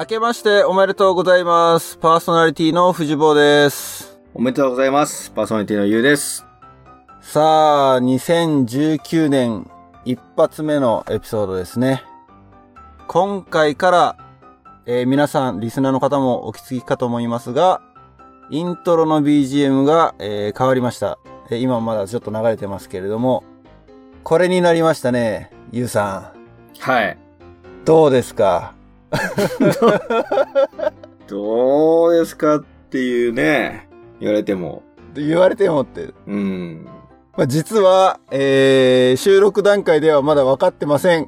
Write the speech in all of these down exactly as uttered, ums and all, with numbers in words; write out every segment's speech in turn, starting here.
明けましておめでとうございます。パーソナリティの藤坊です。 おめでとうございます。パーソナリティのゆうです。 さあ、にせんじゅうきゅうねん一発目のエピソードですね。今回から、えー、皆さん、リスナーの方もお気づきかと思いますが、イントロの ビージーエム が、えー、変わりました。えー、今まだちょっと流れてますけれども、これになりましたね、ゆうさん。はい。 どうですかどうですかっていうね、言われても。 言われてもって。 うん。 まあ、実は、えー、収録段階ではまだ分かってません。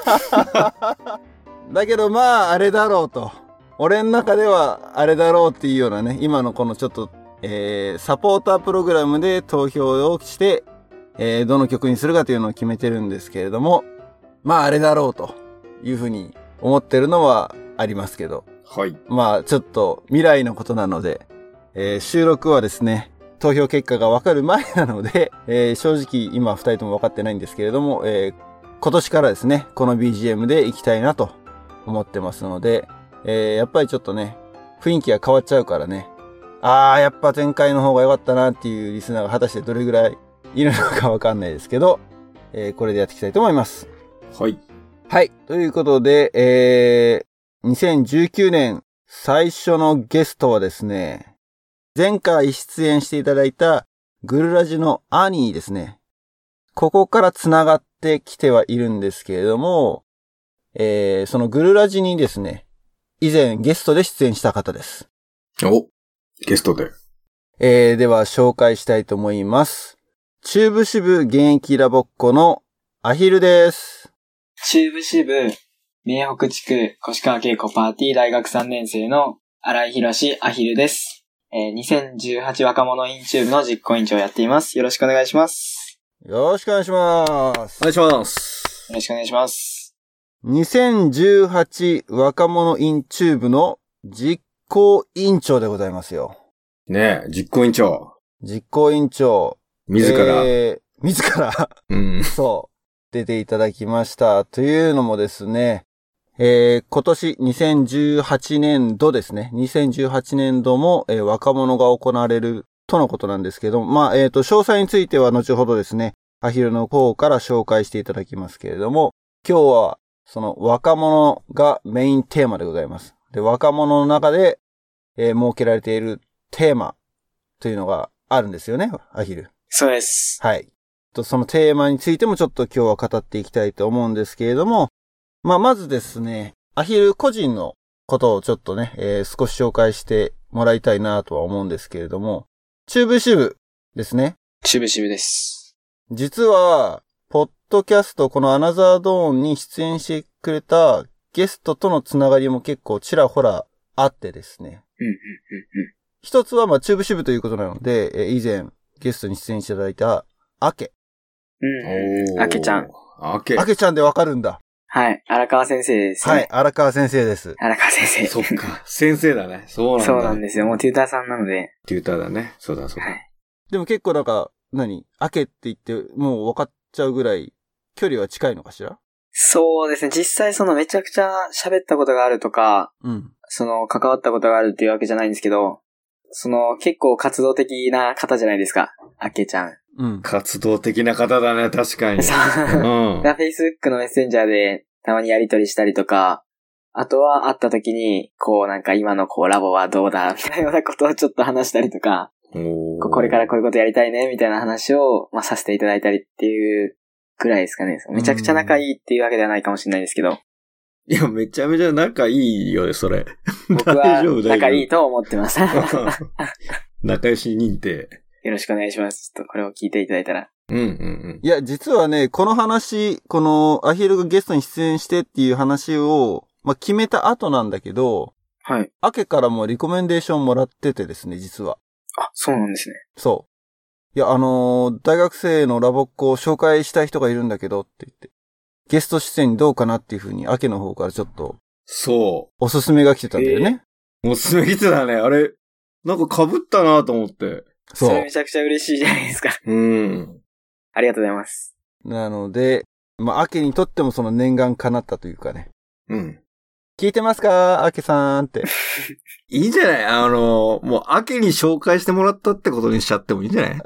だけどまあ、あれだろうと。俺の中ではあれだろうっていうようなね、今のこのちょっと、えー、サポータープログラムで投票をして、えー、どの曲にするかというのを決めてるんですけれども、まああれだろうというふうに思ってるのはありますけど。 はい。 まあちょっと未来のことなので、えー、収録はですね、投票結果が分かる前なので、えー、正直今二人とも分かってないんですけれども、えー、今年からですね、この ビージーエム で行きたいなと思ってますので、えー、やっぱりちょっとね、雰囲気が変わっちゃうからね、あー、やっぱ前回の方が良かったなっていうリスナーが果たしてどれぐらいいるのか分かんないですけど、えー、これでやっていきたいと思います。 はい。 はい。ということで、えー、にせんじゅうきゅうねん最初のゲストはですね、前回出演していただいたグルラジのアニーですね。ここから繋がってきてはいるんですけれども、えー、そのグルラジにですね、以前ゲストで出演した方です。 お、ゲストで。 えー、では紹介したいと思います。中部支部現役ラボっ子のアヒルです。 中部支部明北地区越川稽古パーティー大学さんねん生の新井博アヒルです。えー、にせんじゅうはち若者インチューブの実行委員長をやっています。よろしくお願いします。 よろしくお願いします。 お願いします。 よろしくお願いします。 にせんじゅうはち若者インチューブの実行委員長でございますよ。 ねえ、実行委員長。 実行委員長。 自ら。 えー、自ら。 うん。 そう。出ていただきました。というのもですね、えー、今年にせんじゅうはちねんどですね。にせんじゅうはちねんども、えー、若者が行われるとのことなんですけど、まあ、えっと、詳細については後ほどですね、アヒルの方から紹介していただきますけれども、今日はその若者がメインテーマでございます。で、若者の中で、えー、設けられているテーマというのがあるんですよね、アヒル。 そうです。 はい。と、そのテーマについてもちょっと今日は語っていきたいと思うんですけれども、まあ、まずですね、アヒル個人のことをちょっとね、えー、少し紹介してもらいたいなとは思うんですけれども、中部支部ですね。 中部支部です。 実は、ポッドキャストこのアナザードーンに出演してくれたゲストとのつながりも結構ちらほらあってですね。 うんうんうんうん。 一つはまあ中部支部ということなので、えー、以前ゲストに出演していただいたアケ。 うん。アケちゃん。 アケ。 アケちゃんでわかるんだ。 はい。荒川先生ですね。 はい。荒川先生です。 荒川先生。 そっか。先生だね。そうなんだ。 そうなんですよ。もうテューターさんなので。 テューターだね。そうだそうだ。はい。 でも結構なんか、何アケって言ってもう分かっちゃうぐらい距離は近いのかしら？ そうですね。実際そのめちゃくちゃ喋ったことがあるとか、 うん。 その関わったことがあるっていうわけじゃないんですけど、その結構活動的な方じゃないですか。アケちゃん。 うん。 活動的な方だね、確かに。 そう。うん。Facebook のメッセンジャーでたまにやり取りしたりとか、あとは会った時に、こうなんか今のこうラボはどうだ、みたいなようなことをちょっと話したりとか、 おこれからこういうことやりたいね、みたいな話を、まあ、させていただいたりっていうくらいですかね。めちゃくちゃ仲いいっていうわけではないかもしれないですけど。 いや、めちゃめちゃ仲いいよね、それ。 僕は仲いいと思ってます。 仲良し認定。 よろしくお願いします。ちょっとこれを聞いていただいたら。 うんうんうん。 いや、実はね、この話、このアヒルがゲストに出演してっていう話を、まあ、決めた後なんだけど、 はい。 アケからもリコメンデーションもらっててですね、実は。 あ、そうなんですね。 そう。いや、あのー、大学生のラボっ子を紹介したい人がいるんだけどって言って、ゲスト出演にどうかなっていう風に、アケの方からちょっと、 そう。 おすすめが来てたんだよね。 おすすめ来てたね。あれ、なんか被ったなと思って。 そう。それめちゃくちゃ嬉しいじゃないですか。 うん。 ありがとうございます。 なので、まあ、アケにとってもその念願叶ったというかね。 うん。 聞いてますかアケさんって。 いいんじゃない？あの、もう、アケに紹介してもらったってことにしちゃってもいいんじゃない？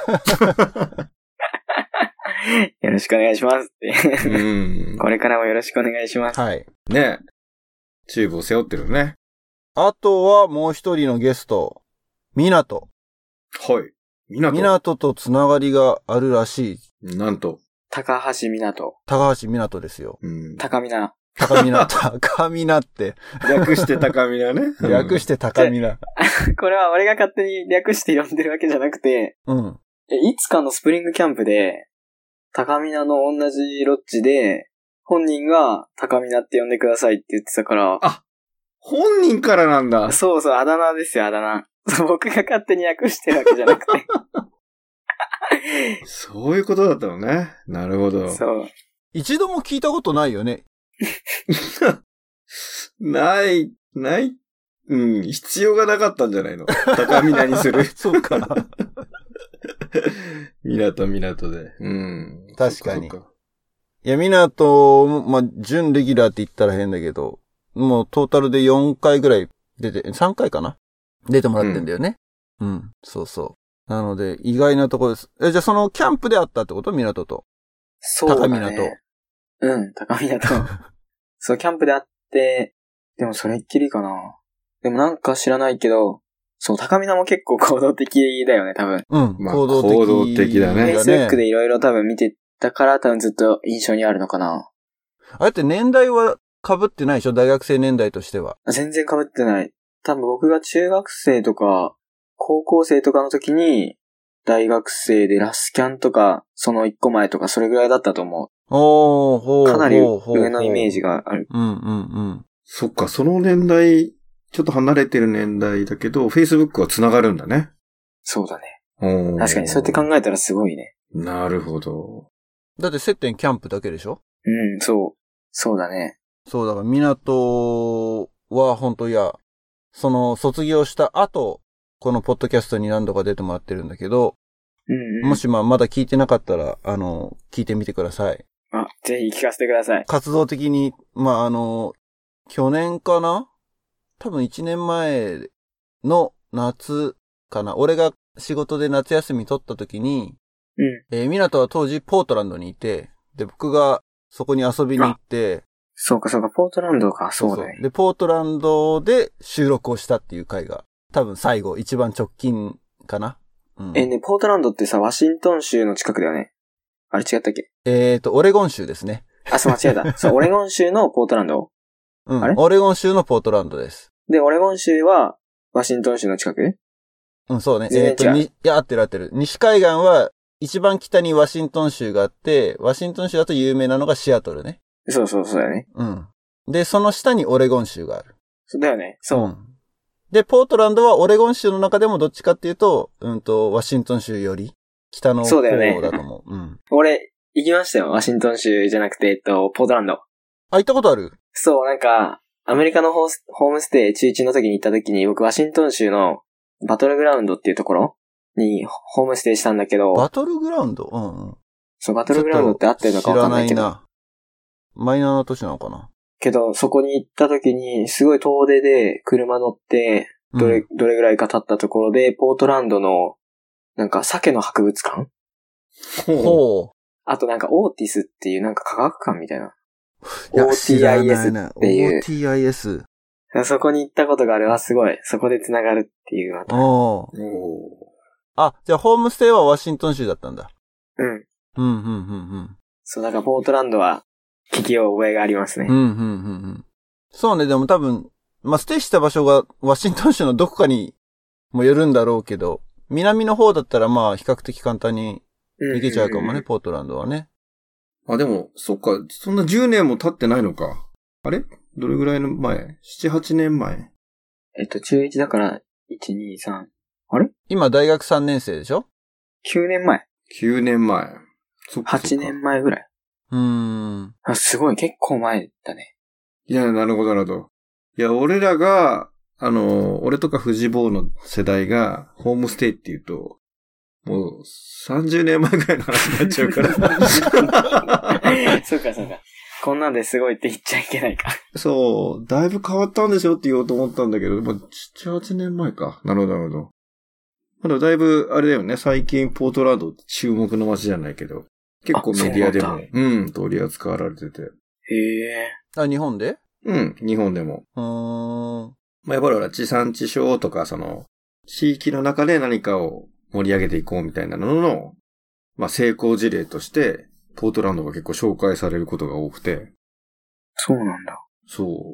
よろしくお願いしますって。 うん。 これからもよろしくお願いします。 はい。 ね。チューブを背負ってるね。 あとはもう一人のゲスト、ミナト。 はい。ミナト。 ミナトとつながりがあるらしい。 なんと。 高橋みなと。 高橋ミナトですよ。 うん。 高みな。 高みな、高みなって。 略して高みなね。 略して高みな。 これは俺が勝手に略して呼んでるわけじゃなくて、 うん。 えいつかのスプリングキャンプで、高みなの同じロッジで、本人が高みなって呼んでくださいって言ってたから。 あ、本人からなんだ。 そうそう、あだ名ですよ、あだ名。僕が勝手に略してるわけじゃなくて。 そういうことだったのね。なるほど。 そう。 一度も聞いたことないよね。 ない、ない、うん、必要がなかったんじゃないの？高みなにする。 そうか。 港港で。うん。 確かに。いや、港も、まあ、準レギュラーって言ったら変だけど、もうトータルでよんかいぐらい出て、さんかいかな出てもらってんだよね。うん、うん、そうそう。なので、意外なところです。え、じゃあそのキャンプであったってこと？港と。 そうだね。 高港。うん、高港。そう、キャンプで会って、でもそれっきりかな。でもなんか知らないけど、そう、高見菜も結構行動的だよね、多分。 うん、 まあ、行動的。行動的だね。 Facebook でいろいろ多分見てたから多分ずっと印象にあるのかな。 あれって年代は被ってないでしょ？大学生年代としては。 全然被ってない。多分僕が中学生とか、高校生とかの時に、大学生でラスキャンとか、その一個前とかそれぐらいだったと思う。 おー、ほう。 かなり上のイメージがある。 うんうんうん。 そっか、その年代、ちょっと離れてる年代だけど、Facebook は繋がるんだね。 そうだね。確かに、そうやって考えたらすごいね。 なるほど。 だって接点キャンプだけでしょ？ うん、そう。そうだね。 そう、だから港は本当いや、その卒業した後、このポッドキャストに何度か出てもらってるんだけど、 うんうん、 もしまあまだ聞いてなかったら、あの、聞いてみてください。 あ、ぜひ聞かせてください。 活動的に、まああの、去年かな？多分いちねんまえの夏かな。俺が仕事で夏休み取った時に、 うん。 えー、港は当時ポートランドにいて、で、僕がそこに遊びに行って、 そうかそうか、ポートランドか、そうだね。 そうそうで、ポートランドで収録をしたっていう回が、多分最後、一番直近かな。うん、 え、ね、ポートランドってさ、ワシントン州の近くだよね。あれ違ったっけ？ えーと、オレゴン州ですね。 あ、そう、間違えた。そう、オレゴン州のポートランド。 うん。あれ？オレゴン州のポートランドです。 で、オレゴン州は、ワシントン州の近く？ うん、そうね。えっと、に、いや、合ってる合ってる。西海岸は、一番北にワシントン州があって、ワシントン州だと有名なのがシアトルね。 そうそうそうだよね。 うん。で、その下にオレゴン州がある。 そうだよね。そう。 うん。で、ポートランドはオレゴン州の中でもどっちかっていうと、うんと、ワシントン州より北の方だと思う。うね、うん。 俺、行きましたよ。ワシントン州じゃなくて、えっと、ポートランド。あ、 行ったことある？ そう、なんか、アメリカのホースホームステイ中いちの時に行った時に、僕ワシントン州のバトルグラウンドっていうところにホームステイしたんだけど。 バトルグラウンド？うんうん。 そう、バトルグラウンドって合ってるのかわかんないけど。知らないな。 マイナーな都市なのかな？ けど、そこに行った時に、すごい遠出で車乗って、どれ、うん、どれぐらいか経ったところで、ポートランドの、なんか、鮭の博物館？ ほう。 あとなんか、オーティスっていうなんか科学館みたいな。オーティーアイエス っていう。 オーティーアイエス。 そこに行ったことがあるわ、すごい。そこで繋がるっていう。 おー。あ、じゃあホームステイはワシントン州だったんだ。 うん。 うん、うん、うん、うん。そう、 だからポートランドは、聞き覚えがありますね。 うん、うん、うん、うん。そうね、でも多分、まあ、ステイした場所がワシントン州のどこかにもよるんだろうけど、南の方だったらまあ、比較的簡単に行けちゃうかもね、うんうんうん、ポートランドはね。 あ、でも、そっか、そんなじゅうねんも経ってないのか。あれどれぐらいの前 ?なな、はちねんまえ。 えっと、中いちだから、いち、に、さん。あれ今、大学さんねん生でしょ ? きゅう 年前。 きゅうねんまえ。そっかそっか。 はちねんまえぐらい。 うーん。 あ、すごい、結構前だね。 いや、なるほど、なるほど。いや、俺らが、あの、俺とか藤坊の世代が、ホームステイって言うと、もう、さんじゅうねんまえぐらいの話になっちゃうから。 そうか、そうか。 こんなんですごいって言っちゃいけないか。 そう、だいぶ変わったんですよって言おうと思ったんだけど、まあ、なな、はちねんまえか。なるほど、なるほど。まだだいぶ、あれだよね、最近ポートランドって注目の街じゃないけど、結構メディアでも、うん、取り扱われてて。 へえ。 あ、日本で？ うん、日本でも。 うーん。 まあ、やっぱりほら、地産地消とか、その、地域の中で何かを盛り上げていこうみたいなのの、まあ、成功事例として、ポートランドが結構紹介されることが多くて。 そうなんだ。 そう。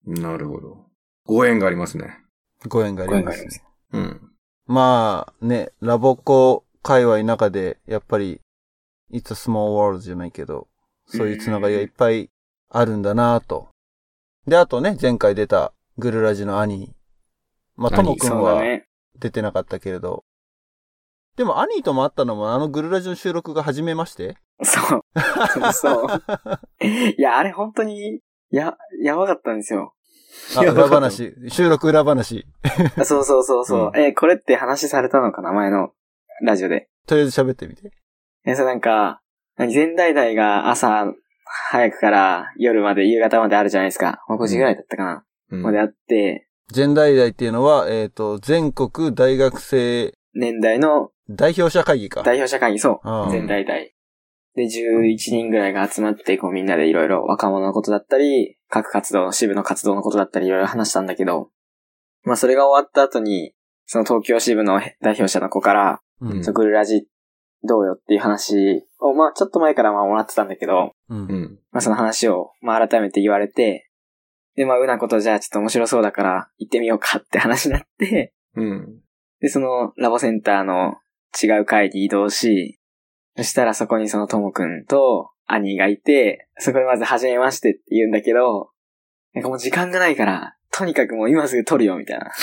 なるほど。ご縁がありますね。 ご縁がありますね。 うん。 まあね、ラボコ界隈の中で、やっぱり、It's a small world じゃないけど、そういうつながりがいっぱいあるんだなぁと。で、あとね、前回出たグルラジの兄。まあ、ともくんは出てなかったけれど。でも、兄とも会ったのも、あのグルラジの収録が初めましてそう。そう。いや、あれ本当に、や、やばかったんですよ。 あ、裏話。収録裏話。 そうそうそうそう。うん、え、これって話されたのかな前のラジオで。 とりあえず喋ってみて。 え、そうなんか、全代々が朝早くから夜まで夕方まであるじゃないですか。もうごじぐらいだったかな。うん、まであって。 全代々っていうのは、えっと、全国大学生年代の代表者会議か。 代表者会議、そう。全代々。で、じゅういちにんぐらいが集まって、こうみんなでいろいろ若者のことだったり、各活動の支部の活動のことだったりいろいろ話したんだけど、まあそれが終わった後に、その東京支部の代表者の子から、うん、グルラジどうよっていう話を、まあちょっと前からまあもらってたんだけど、うん、まあその話をまあ改めて言われて、でまあうなことじゃあちょっと面白そうだから行ってみようかって話になって、うん、でそのラボセンターの違う階に移動し、そしたらそこにそのともくんと兄がいて、そこでまず初めましてって言うんだけど、なんかもう時間がないから、とにかくもう今すぐ撮るよみたいな。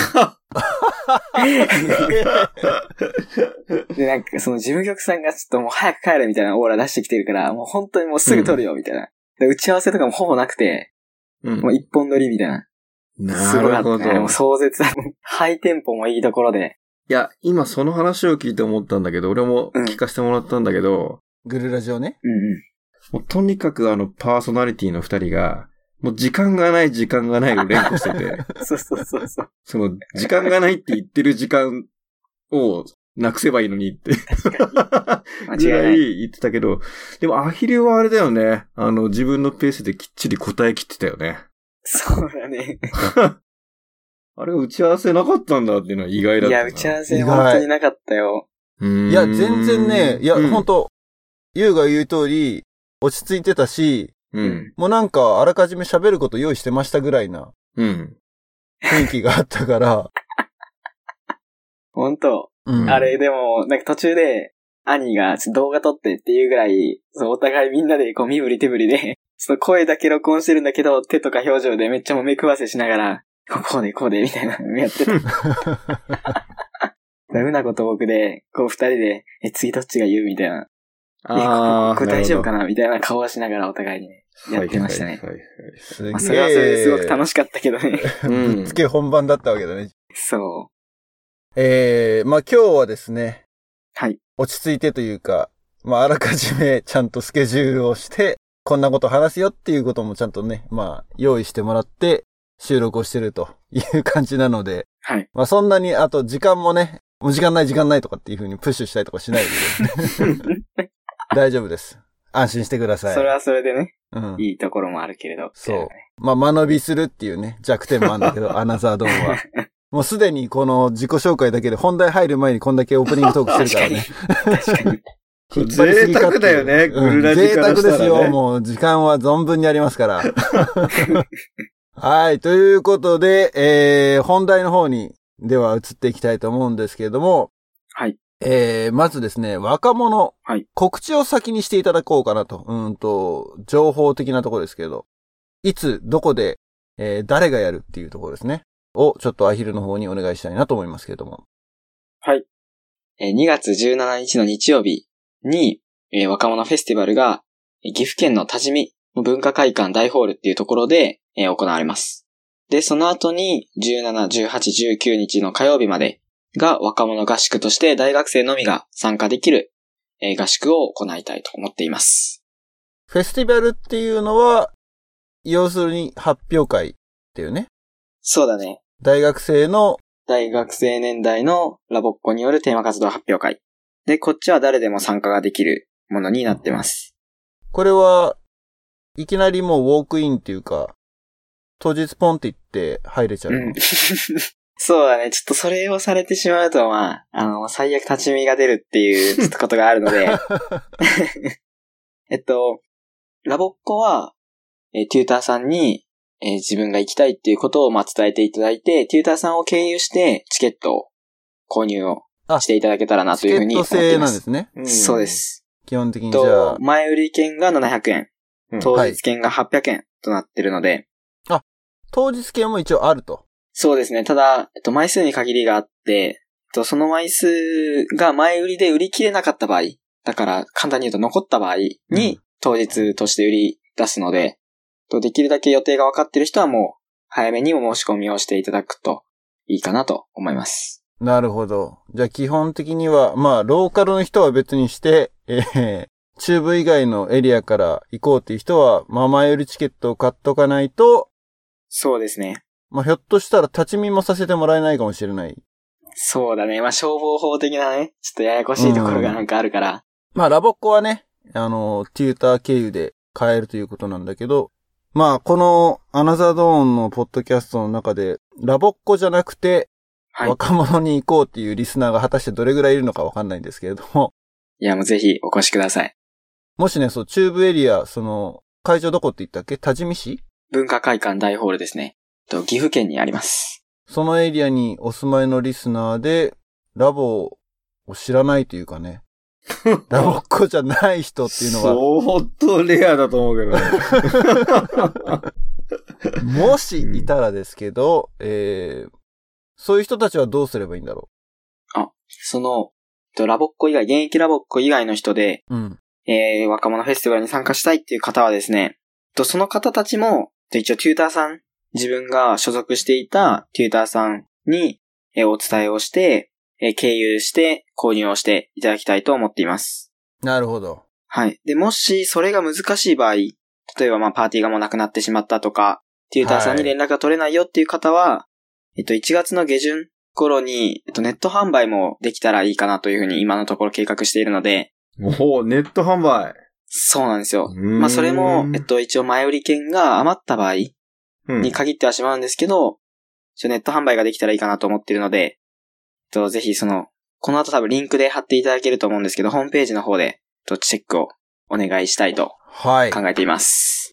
で、なんかその事務局さんがちょっともう早く帰れみたいなオーラ出してきてるから、もう本当にもうすぐ撮るよみたいな。で打ち合わせとかもほぼなくて、うん、もう一本撮りみたいな。 なるほど。 もう壮絶な。ハイテンポもいいところで。 いや、今その話を聞いて思ったんだけど、俺も聞かせてもらったんだけど、 うん、グルラジオね。 うんうん。 もうとにかくあのパーソナリティの二人が、もう時間がない時間がないを連呼してて。 そうそうそうそう。 その時間がないって言ってる時間をなくせばいいのにって。 間違いない。 ぐらい言ってたけど、でもアヒルはあれだよね。あの自分のペースできっちり答えきってたよね。 そうだね。 あれ打ち合わせなかったんだっていうのは意外だったな。 いや、打ち合わせ本当になかったよ。 いや、全然ね、いや、うん、本当ユウが言う通り、落ち着いてたし、うん、もうなんか、あらかじめ喋ること用意してましたぐらいな、うん、雰囲気があったから。 本当、うん、あれでも、なんか途中で、兄が動画撮ってっていうぐらい、そうお互いみんなでこう身振り手振りで、その声だけ録音してるんだけど、手とか表情でめっちゃもめくわせしながら、こうでこうでみたいなのやってた。うなこと僕で、こう二人で、え、次どっちが言うみたいな。ああ、これ大丈夫かなみたいな顔をしながらお互いにね、やってましたね。はいはいはい。まあ、それはそれですごく楽しかったけどね。 ぶっつけ本番だったわけだね。 そう。 えー、まあ今日はですね。 はい。 落ち着いてというか、まああらかじめちゃんとスケジュールをして、こんなこと話すよっていうこともちゃんとね、まあ用意してもらって、収録をしてるという感じなので、 はい。 まあそんなに、あと時間もね、もう時間ない時間ないとかっていう風にプッシュしたりとかしないで。大丈夫です。安心してください。 それはそれでね、うん、いいところもあるけれど。 そう。まあ、間延びするっていうね、弱点もあるんだけど、アナザードーンは。もうすでにこの自己紹介だけで本題入る前にこんだけオープニングトークしてるからね。 確かに。 贅沢だよね、グルラジからしたら、ね。 贅沢ですよ。もう時間は存分にありますから。はい。ということで、えー、本題の方に、では移っていきたいと思うんですけれども。 はい。 えー、まずですね、若者。はい。告知を先にしていただこうかなと。うんと、情報的なところですけど。いつ、どこで、えー、誰がやるっていうところですね。を、ちょっとアヒルの方にお願いしたいなと思いますけれども。 はい。えー、にがつじゅうしちにちの日曜日に、えー、若者フェスティバルが、岐阜県の多治見文化会館大ホールっていうところで、えー、行われます。で、その後に、じゅうしち、じゅうはち、じゅうくにちの火曜日までが若者合宿として大学生のみが参加できる、えー、合宿を行いたいと思っています。 フェスティバルっていうのは、要するに発表会っていうね。 そうだね。 大学生の、 大学生年代のラボっ子によるテーマ活動発表会。で、こっちは誰でも参加ができるものになってます。 これはいきなりもうウォークインっていうか、当日ポンって行って入れちゃうの。 うん。そうだね。ちょっとそれをされてしまうと、まあ、あの、最悪立ち見が出るっていうちょっとことがあるので。えっと、ラボっ子は、えー、テューターさんに、えー、自分が行きたいっていうことをまあ伝えていただいて、テューターさんを経由してチケットを購入をしていただけたらなというふうに思っています。 チケット制なんですね。 うん、そうです。 基本的にじゃあ。 前売り券がななひゃくえん、うん、当日券がはっぴゃくえんとなってるので、 はい。あ、当日券も一応あると。 そうですね。ただ、えっと、枚数に限りがあって、えっと、その枚数が前売りで売り切れなかった場合、だから簡単に言うと残った場合に当日として売り出すので、うん、できるだけ予定が分かってる人はもう早めにお申し込みをしていただくといいかなと思います。 なるほど。じゃあ基本的には、まあローカルの人は別にして、えー、中部以外のエリアから行こうっていう人は、まあ前売りチケットを買っとかないと、 そうですね。 まあひょっとしたら立ち見もさせてもらえないかもしれない。 そうだね。まあ消防法的なね、ちょっとややこしいところがなんかあるから。 うん、まあラボっ子はね、あの、テューター経由で買えるということなんだけど、まあこのアナザードーンのポッドキャストの中で、ラボっ子じゃなくて、はい、若者に行こうっていうリスナーが果たしてどれぐらいいるのかわかんないんですけれども。 いやもうぜひお越しください。 もしね、そう、中部エリア、その、会場どこって言ったっけ？多治見市？ 文化会館大ホールですね。と岐阜県にあります。 そのエリアにお住まいのリスナーで、ラボを知らないというかね、ラボっ子じゃない人っていうのは。 相当レアだと思うけどね。もしいたらですけど、えー、そういう人たちはどうすればいいんだろう。あ、その、ラボっ子以外、現役ラボっ子以外の人で、 うん。 えー、若者フェスティバルに参加したいっていう方はですね、とその方たちも、一応テューターさん、自分が所属していたテューターさんに、えー、お伝えをして、えー、経由して購入をしていただきたいと思っています。 なるほど。 はい。で、もしそれが難しい場合、例えばまあパーティーがもうなくなってしまったとか、テューターさんに連絡が取れないよっていう方は、はい、えっと、いちがつの下旬頃に、えっと、ネット販売もできたらいいかなというふうに今のところ計画しているので、 おお、ネット販売。 そうなんですよ。まあそれも、えっと一応前売り券が余った場合に限ってはしまうんですけど、うん、一応ネット販売ができたらいいかなと思っているので、えっとぜひその、この後多分リンクで貼っていただけると思うんですけど、ホームページの方でチェックをお願いしたいと考えています。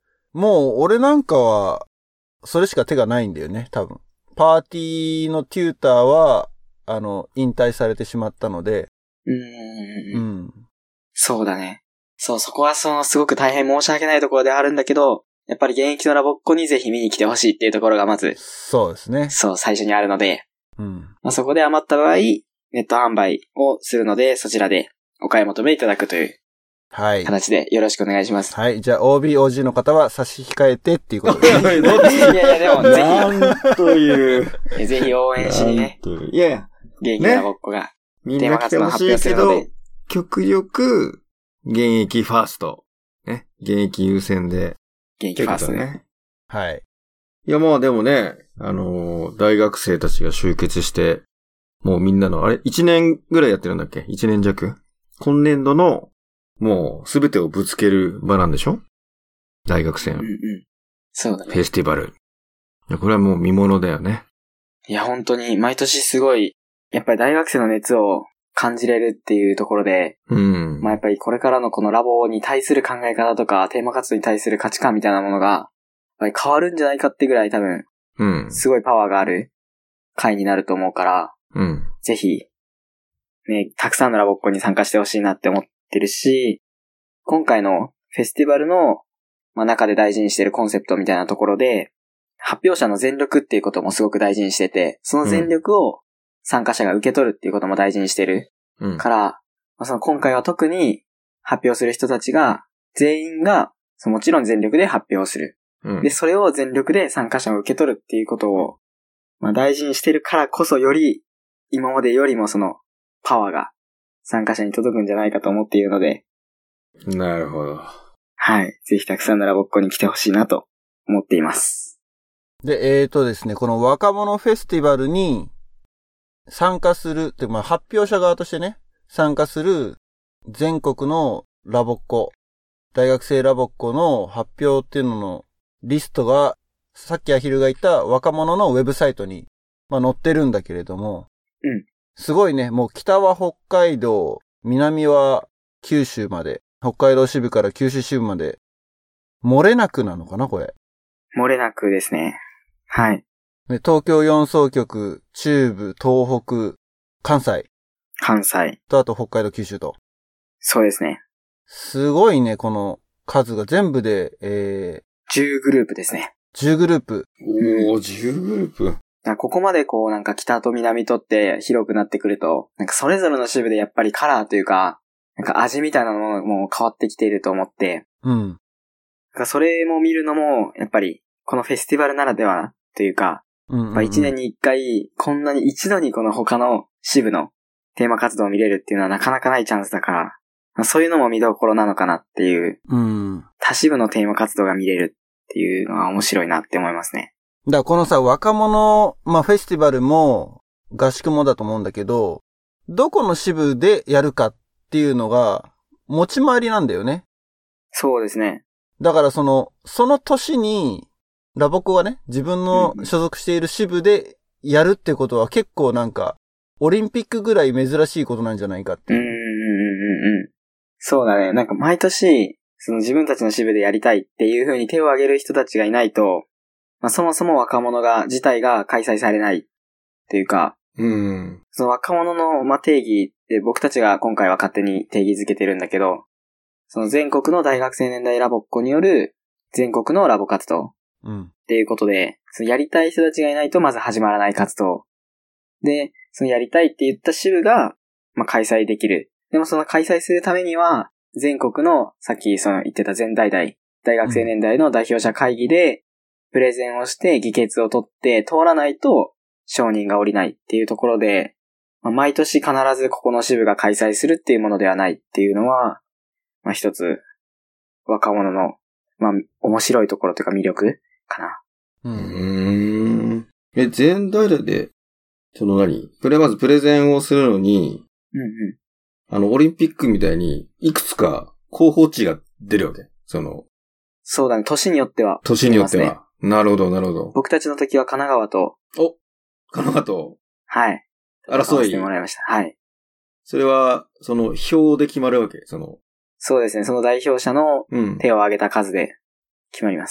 はい、もう俺なんかは、それしか手がないんだよね、多分。パーティーのテューターは、あの、引退されてしまったので。 うーん。うん。そうだね。そう、そこはその、すごく大変申し訳ないところではあるんだけど、やっぱり現役のラボっ子にぜひ見に来てほしいっていうところがまず。 そうですね。 そう、最初にあるので。 うん。 まあ、そこで余った場合、ネット販売をするので、そちらでお買い求めいただくという。はい。形でよろしくお願いします。 はい。じゃあ、オービーオージー の方は差し控えてっていうことですね。 いやいや、でも、ぜひ。なんという。 ぜひ応援しにね。 いやいや。 現役のラボっ子が。 みんな来てほしいけど、極力、現役ファースト。ね。現役優先で。 現役ファーストね。 はい。 いや、まあでもね、あのー、大学生たちが集結して、もうみんなの、あれ、一年ぐらいやってるんだっけ？一年弱？今年度の、もう、すべてをぶつける場なんでしょ？大学生の。 うんうん。そうだね。 フェスティバル。いや、これはもう見物だよね。 いや、本当に、毎年すごい、やっぱり大学生の熱を感じれるっていうところで、 うん。 まあやっぱりこれからのこのラボに対する考え方とか、テーマ活動に対する価値観みたいなものが、やっぱり変わるんじゃないかってぐらい多分、 うん。 すごいパワーがある回になると思うから、 うん。 ぜひ、ね、たくさんのラボっ子に参加してほしいなって思ってるし、今回のフェスティバルの、まあ、中で大事にしてるコンセプトみたいなところで、発表者の全力っていうこともすごく大事にしてて、その全力を参加者が受け取るっていうことも大事にしてるから、うん、まあ、その今回は特に発表する人たちが、全員が、もちろん全力で発表する。うん、で、それを全力で参加者が受け取るっていうことを、まあ、大事にしてるからこそより、今までよりもそのパワーが参加者に届くんじゃないかと思っているので。 なるほど。 はい。ぜひたくさんのラボっ子に来てほしいなと思っています。 で、えーとですね、この若者フェスティバルに参加するって、まあ発表者側としてね、参加する全国のラボっ子、大学生ラボっ子の発表っていうののリストが、さっきアヒルが言った若者のウェブサイトに、まあ、載ってるんだけれども、 うん。 すごいね、もう北は北海道、南は九州まで、北海道支部から九州支部まで、漏れなくなのかな、これ。 漏れなくですね。はい。 で東京よん総局、中部、東北、関西。 関西。 と、あと北海道、九州と。 そうですね。 すごいね、この数が全部で、えー、 じゅうグループですね。 じゅうグループ。 おー、じゅうグループ。 ここまでこうなんか北と南とって広くなってくると、なんかそれぞれの支部でやっぱりカラーというか、なんか味みたいなのももう変わってきていると思って、 うん。 なんかそれも見るのも、やっぱりこのフェスティバルならではというか、 うんうんうん、 やっぱ一年に一回、こんなに一度にこの他の支部のテーマ活動を見れるっていうのはなかなかないチャンスだから、そういうのも見どころなのかなっていう、 うん。 他支部のテーマ活動が見れるっていうのは面白いなって思いますね。 だからこのさ、若者、まあフェスティバルも合宿もだと思うんだけど、どこの支部でやるかっていうのが持ち回りなんだよね。 そうですね。 だからその、その年にラボコがね、自分の所属している支部でやるってことは結構なんか、オリンピックぐらい珍しいことなんじゃないかっていう。 うんうんうんうん。そうだね。なんか毎年、その自分たちの支部でやりたいっていう風に手を挙げる人たちがいないと、まあそもそも若者が、自体が開催されないっていうか、 うん。 その若者の、まあ、定義って僕たちが今回は勝手に定義づけてるんだけど、その全国の大学生年代ラボっ子による全国のラボ活動っていうことで、そのやりたい人たちがいないとまず始まらない活動。で、そのやりたいって言った支部が、まあ、開催できる。でもその開催するためには、全国の、さっきその言ってた全大代、大学生年代の代表者会議で、プレゼンをして議決を取って通らないと承認が下りないっていうところで、まあ、毎年必ずここの支部が開催するっていうものではないっていうのは、まあ一つ若者の、まあ面白いところというか魅力かな。 うーん。え、全大代で、その何プレ、まずプレゼンをするのに、 うんうん。 あの、オリンピックみたいに、いくつか候補地が出るわけその。 そうだね。年によっては、ね。 年によっては。なるほど、なるほど。 僕たちの時は神奈川と。 お神奈川と。 はい。 争い。 してもらいました。はい。 それは、その、票で決まるわけその。 そうですね。その代表者の手を挙げた数で決まります。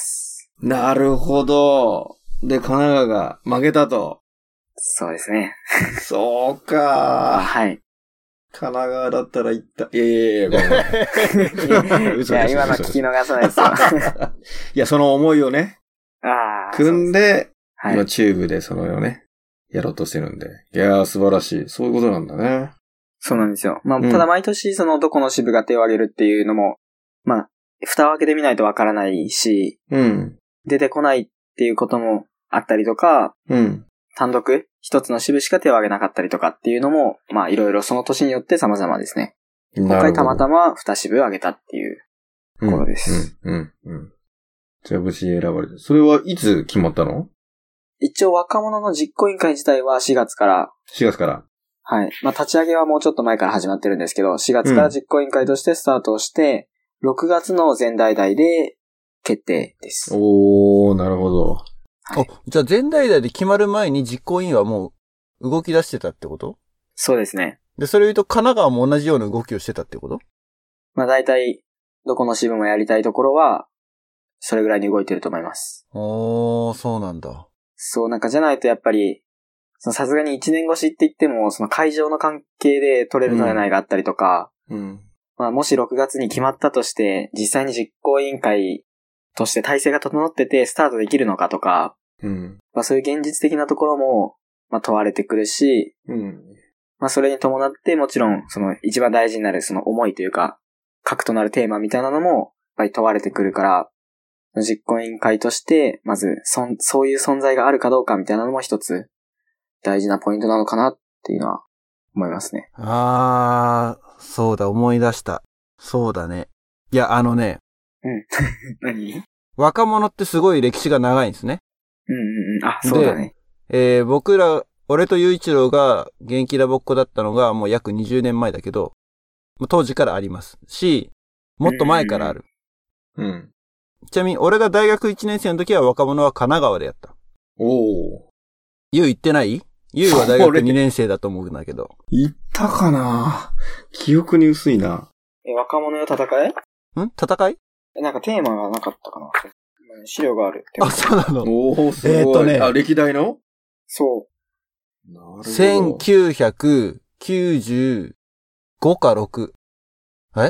うん、なるほど。で、神奈川が負けたと。 そうですね。 そうか。 はい。 神奈川だったら行った。いやいやいや、ごめん。 嘘いや、今の聞き逃さないですよ。 いや、その思いをね。 ああ。 組んで、 はい、 今チューブでそのよね、やろうとしてるんで。いやー、素晴らしい。そういうことなんだね。 そうなんですよ。まあ、うん、ただ毎年そのどこの支部が手を挙げるっていうのも、まあ、蓋を開けてみないとわからないし、 うん。 出てこないっていうこともあったりとか、 うん。 単独一つの支部しか手を挙げなかったりとかっていうのも、まあいろいろその年によって様々ですね。今回たまたま二支部を挙げたっていうところです。 うん、うん、うん。じゃあ無事選ばれて。それはいつ決まったの？ 一応若者の実行委員会自体はしがつから。 しがつから。 はい。まあ立ち上げはもうちょっと前から始まってるんですけど、しがつから実行委員会としてスタートをして、うん、ろくがつの全大々で決定です。 おー、なるほど。 はい、じゃあ全大々で決まる前に実行委員はもう動き出してたってこと？ そうですね。 で、それを言うと神奈川も同じような動きをしてたってこと？ まあ大体、どこの支部もやりたいところは、それぐらいに動いてると思います。 おー、そうなんだ。 そう、なんかじゃないとやっぱり、さすがにいちねん越しって言っても、その会場の関係で取れる取れないがあったりとか、 うん。うん、 まあもしろくがつに決まったとして、実際に実行委員会として体制が整っててスタートできるのかとか、 うん。 まあそういう現実的なところも、まあ問われてくるし、 うん。 まあそれに伴ってもちろん、その一番大事になるその思いというか、核となるテーマみたいなのも、やっぱり問われてくるから、実行委員会として、まずそん、そういう存在があるかどうかみたいなのも一つ、大事なポイントなのかなっていうのは思いますね。 あー、そうだ、思い出した。そうだね。いや、あのね、 うん。何？ 若者ってすごい歴史が長いんですね。 うんうんうん。あ、そうだね。 えー、僕ら、俺と雄一郎が現役ラボっ子だったのがもう約にじゅうねんまえだけど、当時からありますし、もっと前からある。 うん。 ちなみに俺が大学いちねん生の時は若者は神奈川でやった。 おー。 雄行ってない？雄は大学にねん生だと思うんだけど。 行ったかな？記憶に薄いな。 え、若者よ戦え？ ん？戦い？ え、なんかテーマがなかったかな？資料があるって。 あ、そうなの。 おー、すごい。 えーっとね。 あ、歴代の？ そう。 なるほど。 せんきゅうひゃくきゅうじゅうごかろく。え ?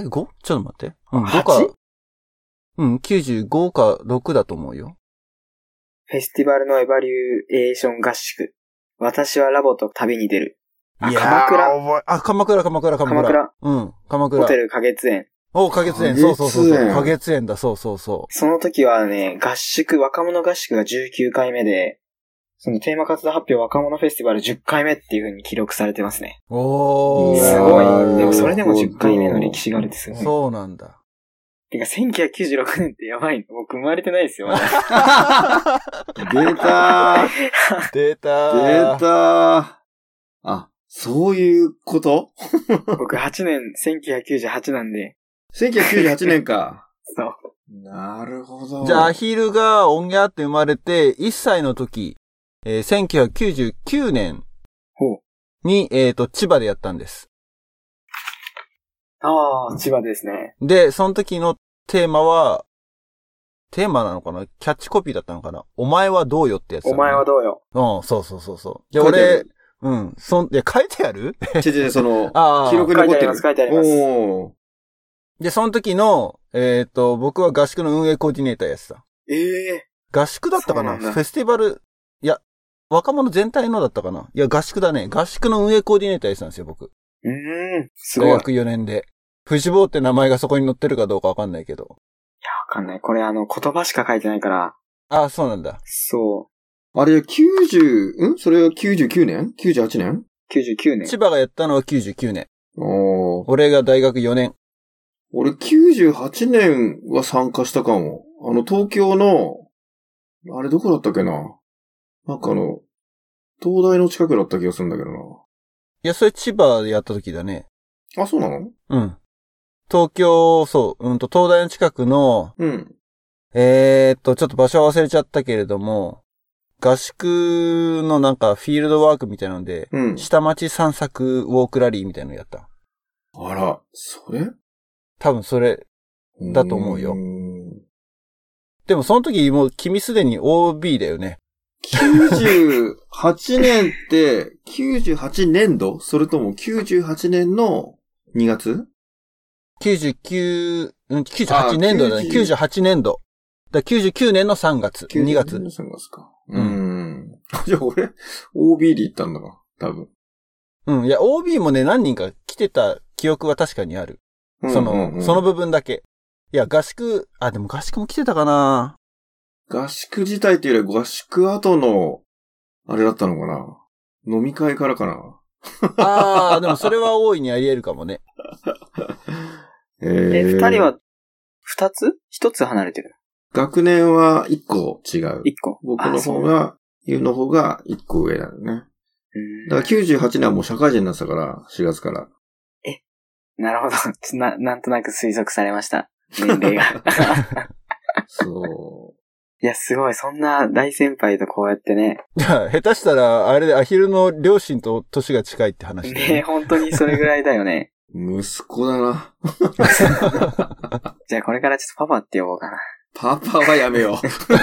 ご? ちょっと待って。うん、ごか。 はち? うん、きゅうじゅうごかろくだと思うよ。 フェスティバルのエバリュエーション合宿。私はラボと旅に出る。あ、 いやー鎌倉。 覚えあ、鎌倉、鎌倉、鎌倉。 鎌倉。 うん、鎌倉。 ホテル花月園。 お、花月園。 花月園そうそうそうそう。花月園だ、そうそうそう。 その時はね、合宿、若者合宿がじゅうきゅうかいめで、そのテーマ活動発表若者フェスティバルじゅっかいめっていう風に記録されてますね。 おー。 すごい。でもそれでもじゅっかいめの歴史があるってすごい。 そうなんだ。 てかせんきゅうひゃくきゅうじゅうろくねんってやばいの。僕生まれてないですよ、まだ。 出たー。 出たー。 出たー。あ、そういうこと僕はちねん、せんきゅうひゃくきゅうじゅうはちなんで。 せんきゅうひゃくきゅうじゅうはちねんか。 そう。 なるほど。 じゃあ、アヒルがオンギャーって生まれて、いっさいの時、えー、せんきゅうひゃくきゅうじゅうきゅうねんに、えっと、千葉でやったんです。 ああ、千葉ですね。 で、その時のテーマは、テーマなのかな？キャッチコピーだったのかな？お前はどうよってやつだ、ね。 お前はどうよ。 うん、そうそうそうそう。で、俺、うん、そん、いや、書いてある？ ちょちょ、その、 あ記録に残ってる。 書いてあります、書いてあります。 おー。 で、その時の、えっと、僕は合宿の運営コーディネーターやってた。 ええー。合宿だったかな？ なフェスティバル、いや、若者全体のだったかな？いや、合宿だね。合宿の運営コーディネーターやってたんですよ、僕。 うーん、すごい。 大学よねんで。藤坊って名前がそこに載ってるかどうかわかんないけど。 いや、わかんない。これあの、言葉しか書いてないから。 ああ、そうなんだ。 そう。 あれ、きゅうじゅう、んそれはきゅうじゅうきゅうねん ?きゅうじゅうはち 年きゅうじゅうきゅうねん。 千葉がやったのはきゅうじゅうきゅうねん。 おー。 俺が大学よねん。 俺きゅうじゅうはちねんは参加したかも。あの、東京の、あれどこだったっけな？なんかあの、東大の近くだった気がするんだけどな。 いや、それ千葉でやった時だね。 あ、そうなの？ うん。東京、そう、うんと、東大の近くの、 うん。 えーっと、ちょっと場所は忘れちゃったけれども、合宿のなんかフィールドワークみたいなので、 うん。 下町散策ウォークラリーみたいなのやった。 あら、それ？ 多分それだと思うよ。 うーん。 でもその時もう君すでに オービー だよね。 きゅうじゅうはちねんって、きゅうじゅうはちねんど？それともきゅうじゅうはちねんのにがつ？ きゅうじゅうきゅう、うん、きゅうじゅうはちねんどだね。 きゅうじゅうきゅうじゅうはちねんど。だきゅうじゅうきゅうねんのさんがつ、にがつ。 きゅうじゅうはちねんのさんがつか。うーん。じゃあ俺、オービー で行ったんだな。多分。 うん。いや、オービー もね、何人か来てた記憶は確かにある。その、 うんうんうん、 その部分だけ。いや、合宿、あ、でも合宿も来てたかな。 合宿自体っていうより合宿後の、あれだったのかな。飲み会からかな。 ああ、でもそれは大いにあり得るかもね。 えー、 え、二人は、二つ一つ離れてる。 学年は一個違う。 一個。 僕の方が、ゆうの方が一個上なのね。だからきゅうじゅうはちねんはもう社会人になってたから、しがつから。 え、なるほど。な、なんとなく推測されました。年齢が。 そう。 いや、すごい。そんな大先輩とこうやってね。 いや、下手したら、あれでアヒルの両親と年が近いって話だよね。 ね、本当にそれぐらいだよね。 息子だな。 じゃあこれからちょっとパパって呼ぼうかな。 パパはやめよう。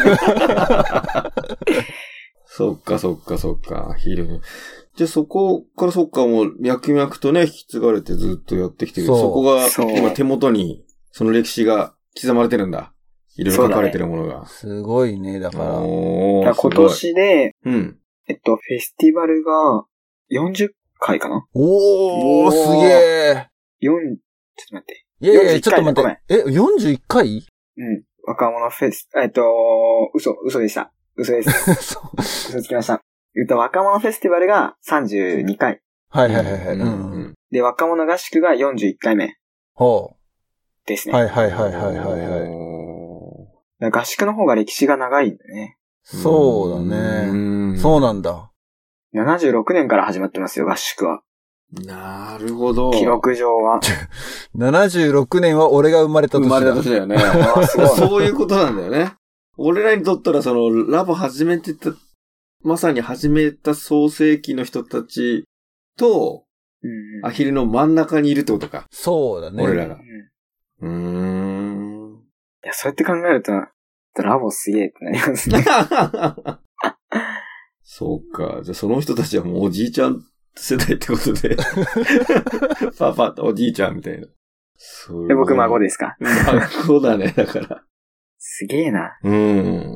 そっかそっかそっか、ヒールに。じゃあそこからそっかもう脈々とね、引き継がれてずっとやってきてる。そ, そこが今手元にその歴史が刻まれてるんだ。いろいろ書かれてるものが。 ね、すごいね、だから。 おー、 だから今年で、 うん。 えっと、フェスティバルがよんじゅっかいかな。 おー、すげえ。 よん、ちょっと待って。 いやいや、ちょっと待って。え、よんじゅういっかい？ うん。若者フェス、えっと、嘘、嘘でした。嘘です。嘘つきました。えっと、若者フェスティバルがさんじゅうにかい。 はいはいはいはい。 うんうん、 で、若者合宿がよんじゅういっかいめ。 ほう。 ですね。 はいはいはいはいはいはい。 合宿の方が歴史が長いんだね。 そうだね。そうなんだ。 ななじゅうろくねんから始まってますよ、合宿は。 なるほど。 記録上は。 ななじゅうろくねんは俺が生まれた年だ。 生まれた年だよね。すごいそういうことなんだよね。俺らにとったらそのラボ始めてた、まさに始めた創世期の人たちと、うん、アヒルの真ん中にいるってことか。 そうだね。 俺らが。うーん。 いや、そうやって考えると、ラボすげえってなりますね。 そうか。じゃあその人たちはもうおじいちゃん世代ってことで。パパとおじいちゃんみたいな。 で、僕孫ですか？ 孫だね、だから。 すげえな。 うん。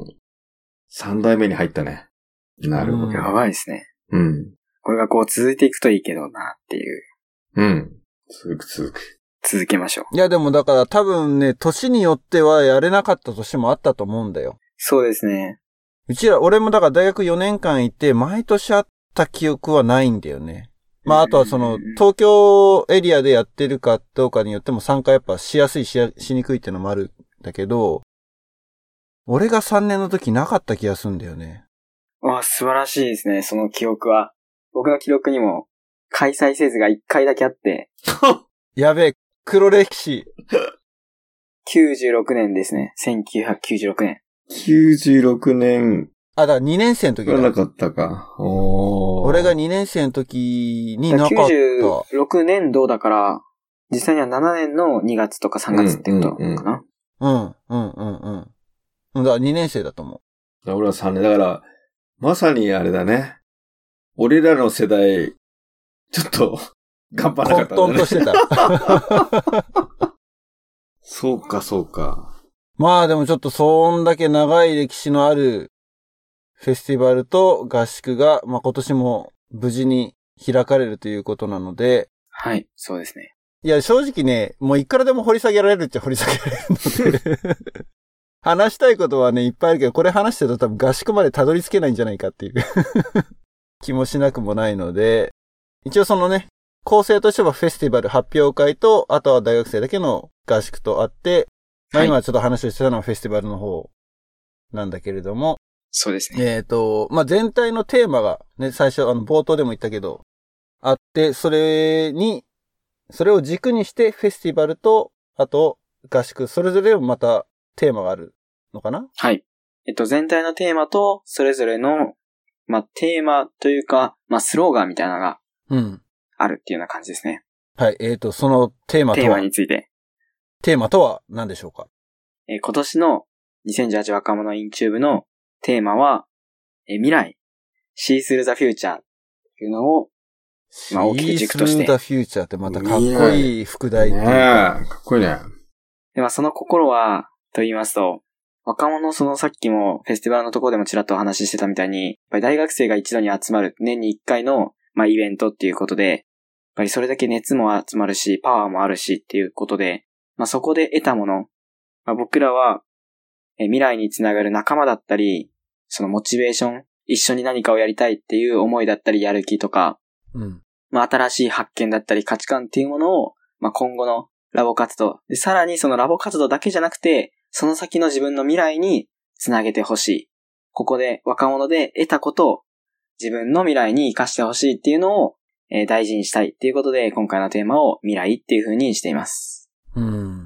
三代目に入ったね。なるほど。 やばいですね。 うん。 これがこう続いていくといいけどなっていう。 うん。続く続く。 続けましょう。 いやでもだから多分ね、年によってはやれなかった年もあったと思うんだよ。 そうですね。 うちら、俺もだから大学よねんかんいて、毎年あった記憶はないんだよね。まああとはその、東京エリアでやってるかどうかによっても参加やっぱしやすいしや、しにくいっていうのもあるんだけど、俺がさんねんの時なかった気がするんだよね。 わあ、素晴らしいですね、その記憶は。僕の記録にも開催せずがいっかいだけあって。 やべえ、黒歴史。 きゅうじゅうろくねんですね。せんきゅうひゃくきゅうじゅうろくねん。 きゅうじゅうろくねん。 あ、だからにねん生の時だ。 なかったか。おー。 俺がにねん生の時になかった。きゅうじゅうろくねん度だから、実際にはななねんのにがつとかさんがつってことかな。 うん、うん、うん、うん。うん。だからにねん生だと思う。俺はさんねん。だから、まさにあれだね。俺らの世代、ちょっと、頑張らなかった、ね。 混沌としてた。 そうか、そうか。 まあでもちょっとそんだけ長い歴史のあるフェスティバルと合宿が、まあ今年も無事に開かれるということなので。 はい、そうですね。 いや、正直ね、もういくらでも掘り下げられるっちゃ掘り下げられるので。話したいことはね、いっぱいあるけど、これ話してると多分合宿までたどり着けないんじゃないかっていう気もしなくもないので、一応そのね、構成としてはフェスティバル発表会と、あとは大学生だけの合宿とあって、まあ今ちょっと話をしてたのはフェスティバルの方なんだけれども。 そうですね。 えっと、まあ全体のテーマがね、最初あの冒頭でも言ったけど、あって、それに、それを軸にしてフェスティバルと、あと合宿、それぞれまたテーマがあるのかな？ はい。えっと、全体のテーマと、それぞれの、まあ、テーマというか、まあ、スローガンみたいなのが、うん。あるっていうような感じですね。 はい。えっと、そのテーマとは？ テーマについて。 テーマとは何でしょうか？ えー、今年のにせんじゅうはち若者インチューブのテーマは、えー、未来、See Through the Future というのを、 まあ、大きく軸として。See Through the Future ってまたかっこいい副題っていうか。 ねえ、かっこいいね。 では、その心は、と言いますと、若者、そのさっきもフェスティバルのところでもちらっとお話ししてたみたいに、やっぱり大学生が一度に集まる年に一回の、まあ、イベントっていうことで、やっぱりそれだけ熱も集まるし、パワーもあるしっていうことで、まあ、そこで得たもの、まあ、僕らはえ未来につながる仲間だったり、そのモチベーション、一緒に何かをやりたいっていう思いだったりやる気とか、うん、まあ、新しい発見だったり価値観っていうものを、まあ、今後のラボ活動で、さらにそのラボ活動だけじゃなくて、その先の自分の未来につなげてほしい。ここで若者で得たことを自分の未来に活かしてほしいっていうのを、えー、大事にしたいっていうことで、今回のテーマを未来っていう風にしています。 うん。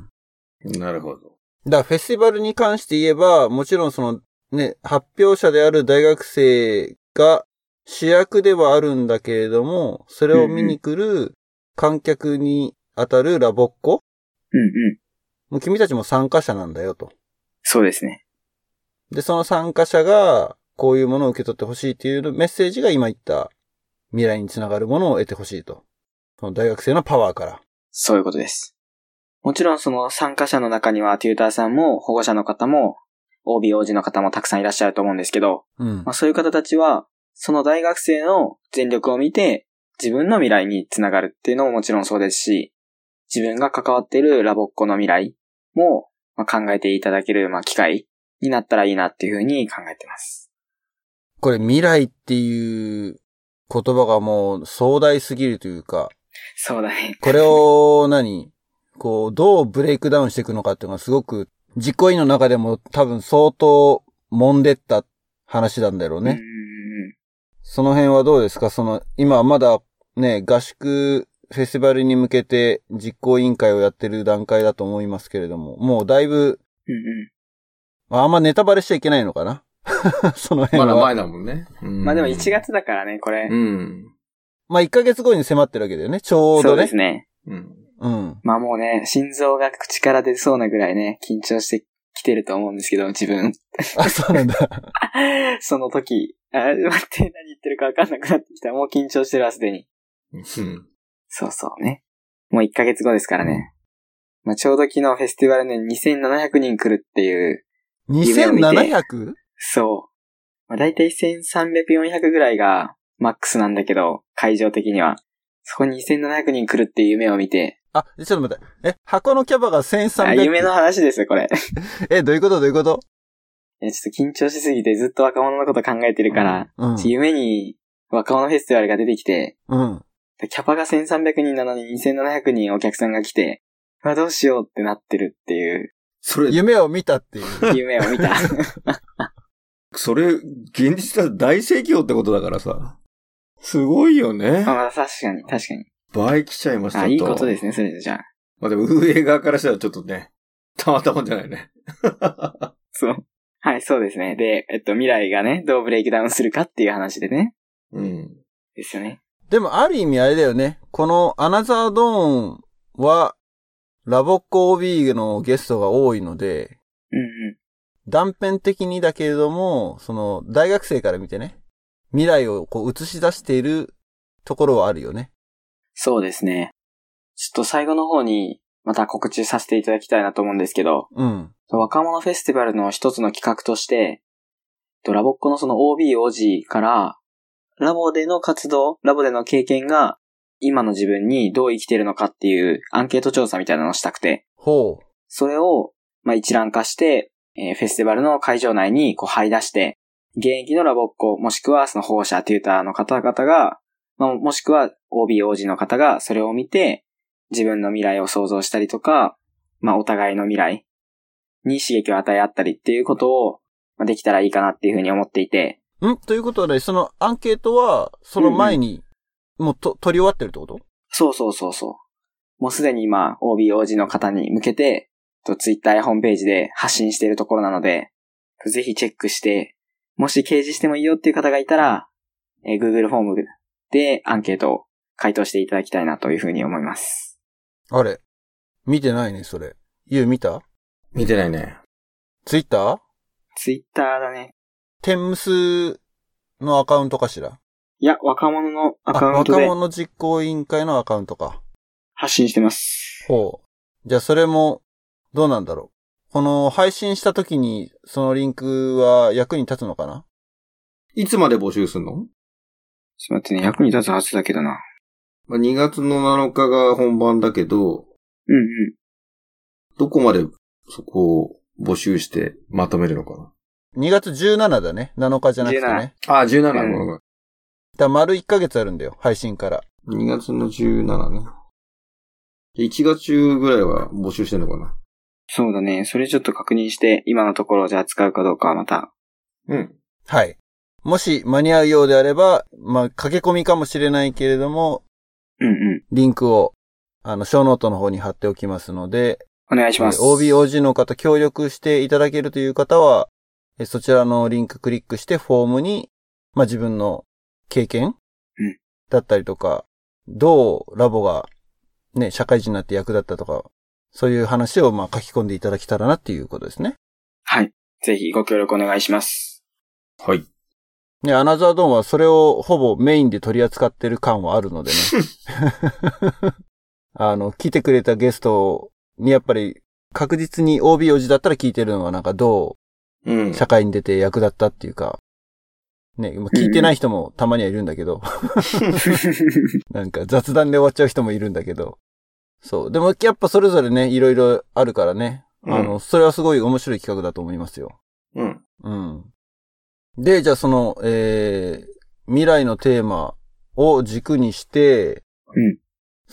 なるほど。 だからフェスティバルに関して言えば、もちろんそのね、発表者である大学生が主役ではあるんだけれども、それを見に来る観客に当たるラボっ子、 うんうん。 もう君たちも参加者なんだよと。 そうですね。 で、その参加者がこういうものを受け取ってほしいっていうメッセージが今言った未来につながるものを得てほしいと。その大学生のパワーから。 そういうことです。もちろんその参加者の中にはテューターさんも保護者の方も オービーオージー の方もたくさんいらっしゃると思うんですけど、うん、まあ、そういう方たちはその大学生の全力を見て自分の未来につながるっていうのももちろんそうですし、自分が関わっているラボっ子の未来も考えていただけるまあ機会になったらいいなっていうふうに考えてます。 これ未来っていう言葉がもう壮大すぎるというか。 そうだね。 これを何こう、どうブレイクダウンしていくのかっていうのがすごく、実行委員の中でも多分相当揉んでった話なんだろうね。 うんうんうん、 その辺はどうですか？その、今まだね、合宿フェスティバルに向けて実行委員会をやってる段階だと思いますけれども、もうだいぶ、 うんうんあ、あんまネタバレしちゃいけないのかなその辺は。 まだ前だもんね。 うん、まあでもいちがつだからね、これ。 うん。 まあいっかげつごに迫ってるわけだよね、ちょうどね。 そうですね。 うん。 うん。 まあもうね、心臓が口から出そうなぐらいね、緊張してきてると思うんですけど、自分。 あ、そうなんだ。 その時、あ、待って、何言ってるか分かんなくなってきた。もう緊張してるわ、すでに。 うん。 そうそうね。もういっかげつごですからね。まあちょうど昨日フェスティバルね、にせんななひゃくにん来るっていう。 にせんななひゃく？ そう。まあだいたいせんさんびゃく、よんひゃくぐらいがマックスなんだけど、会場的には。そこににせんななひゃくにん来るっていう夢を見て。 あ、ちょっと待って。え、箱のキャパがせんさんびゃく。 あ、夢の話ですよ、これ。 え、どういうことどういうことえ、ちょっと緊張しすぎてずっと若者のこと考えてるから、 うん、 夢に若者フェスティバルが出てきて、 うん。 キャパがせんさんびゃくにんなのににせんななひゃくにんお客さんが来て、あ、どうしようってなってるっていう。 それ、夢を見たっていう。 夢を見た。 それ、現実は大盛況ってことだからさ。すごいよね。 あ、確かに、確かに。 倍来ちゃいましたと。 あ、いいことですね、それじゃあ。 まあでも運営側からしたらちょっとね、たまったもんじゃないね。 そう。はい、そうですね。で、えっと、未来がね、どうブレイクダウンするかっていう話でね。 うん。 ですよね。 でも、ある意味あれだよね。このアナザードーンは、ラボッコ オービー のゲストが多いので、 うんうん。 断片的にだけれども、その、大学生から見てね、未来をこう映し出しているところはあるよね。 そうですね。ちょっと最後の方に、また告知させていただきたいなと思うんですけど、 うん。 若者フェスティバルの一つの企画として、ラボッコのその オービー、オージー から、ラボでの活動、ラボでの経験が、今の自分にどう生きているのかっていうアンケート調査みたいなのをしたくて、 ほう。 それを、まあ、一覧化して、えー、フェスティバルの会場内にこう張り出して、現役のラボッコ、もしくはその保護者、テューターの方々が、まあ、もしくは オービー、オージー の方がそれを見て、自分の未来を想像したりとか、まあ、お互いの未来に刺激を与え合ったりっていうことを、まあ、できたらいいかなっていうふうに思っていて。 んということで、そのアンケートは、その前に、もうと、うんうん、取り終わってるってこと？ そうそうそうそう。もうすでに今、オービー、オージー の方に向けて、と、ツイッターやホームページで発信しているところなので、ぜひチェックして、もし掲示してもいいよっていう方がいたら、えー、Google フォームでアンケートを回答していただきたいなというふうに思います。 あれ見てないね、それ。ゆう見た？ 見てないね。 ツイッター？ ツイッターだね。 テンムスのアカウントかしら？ いや、若者のアカウントで。 若者実行委員会のアカウントか。 発信してます。 ほう。じゃあそれも、どうなんだろう。この配信した時に、そのリンクは役に立つのかな？ いつまで募集すんの？ ちょっと待ってね、役に立つはずだけどな。 まあ、にがつのなのかが本番だけど、 うんうん。 どこまでそこを募集してまとめるのかな？ に 月じゅうしちだね。なのかじゃなくてね。 ああ、じゅうしち、 うん、 ごめん。 だ丸いっかげつあるんだよ、配信から。 にがつのじゅうしちね。いちがつ中ぐらいは募集してんのかな？ そうだね。それちょっと確認して、今のところじゃあ使うかどうかはまた。 うん。 はい。もし間に合うようであれば、まあ、駆け込みかもしれないけれども、 うんうん。 リンクを、あの、ショーノートの方に貼っておきますので、 お願いします。 オービー、オージー の方協力していただけるという方は、そちらのリンククリックしてフォームに、まあ、自分の経験、 うん、 だったりとか、どうラボがね、社会人になって役立ったとか、そういう話をまあ書き込んでいただけたらなっていうことですね。はい。 ぜひご協力お願いします。 はい。 ね、アナザードーンはそれをほぼメインで取り扱ってる感はあるのでね。あの、来てくれたゲストにやっぱり確実に オービー オージーだったら聞いてるのはなんかどう社会に出て役立ったっていうか、ね、聞いてない人もたまにはいるんだけど、なんか雑談で終わっちゃう人もいるんだけど、そう。でもやっぱそれぞれね、いろいろあるからね、うん、あの、それはすごい面白い企画だと思いますよ。 うん。 うん。で、じゃあその、えー、未来のテーマを軸にして、 うん。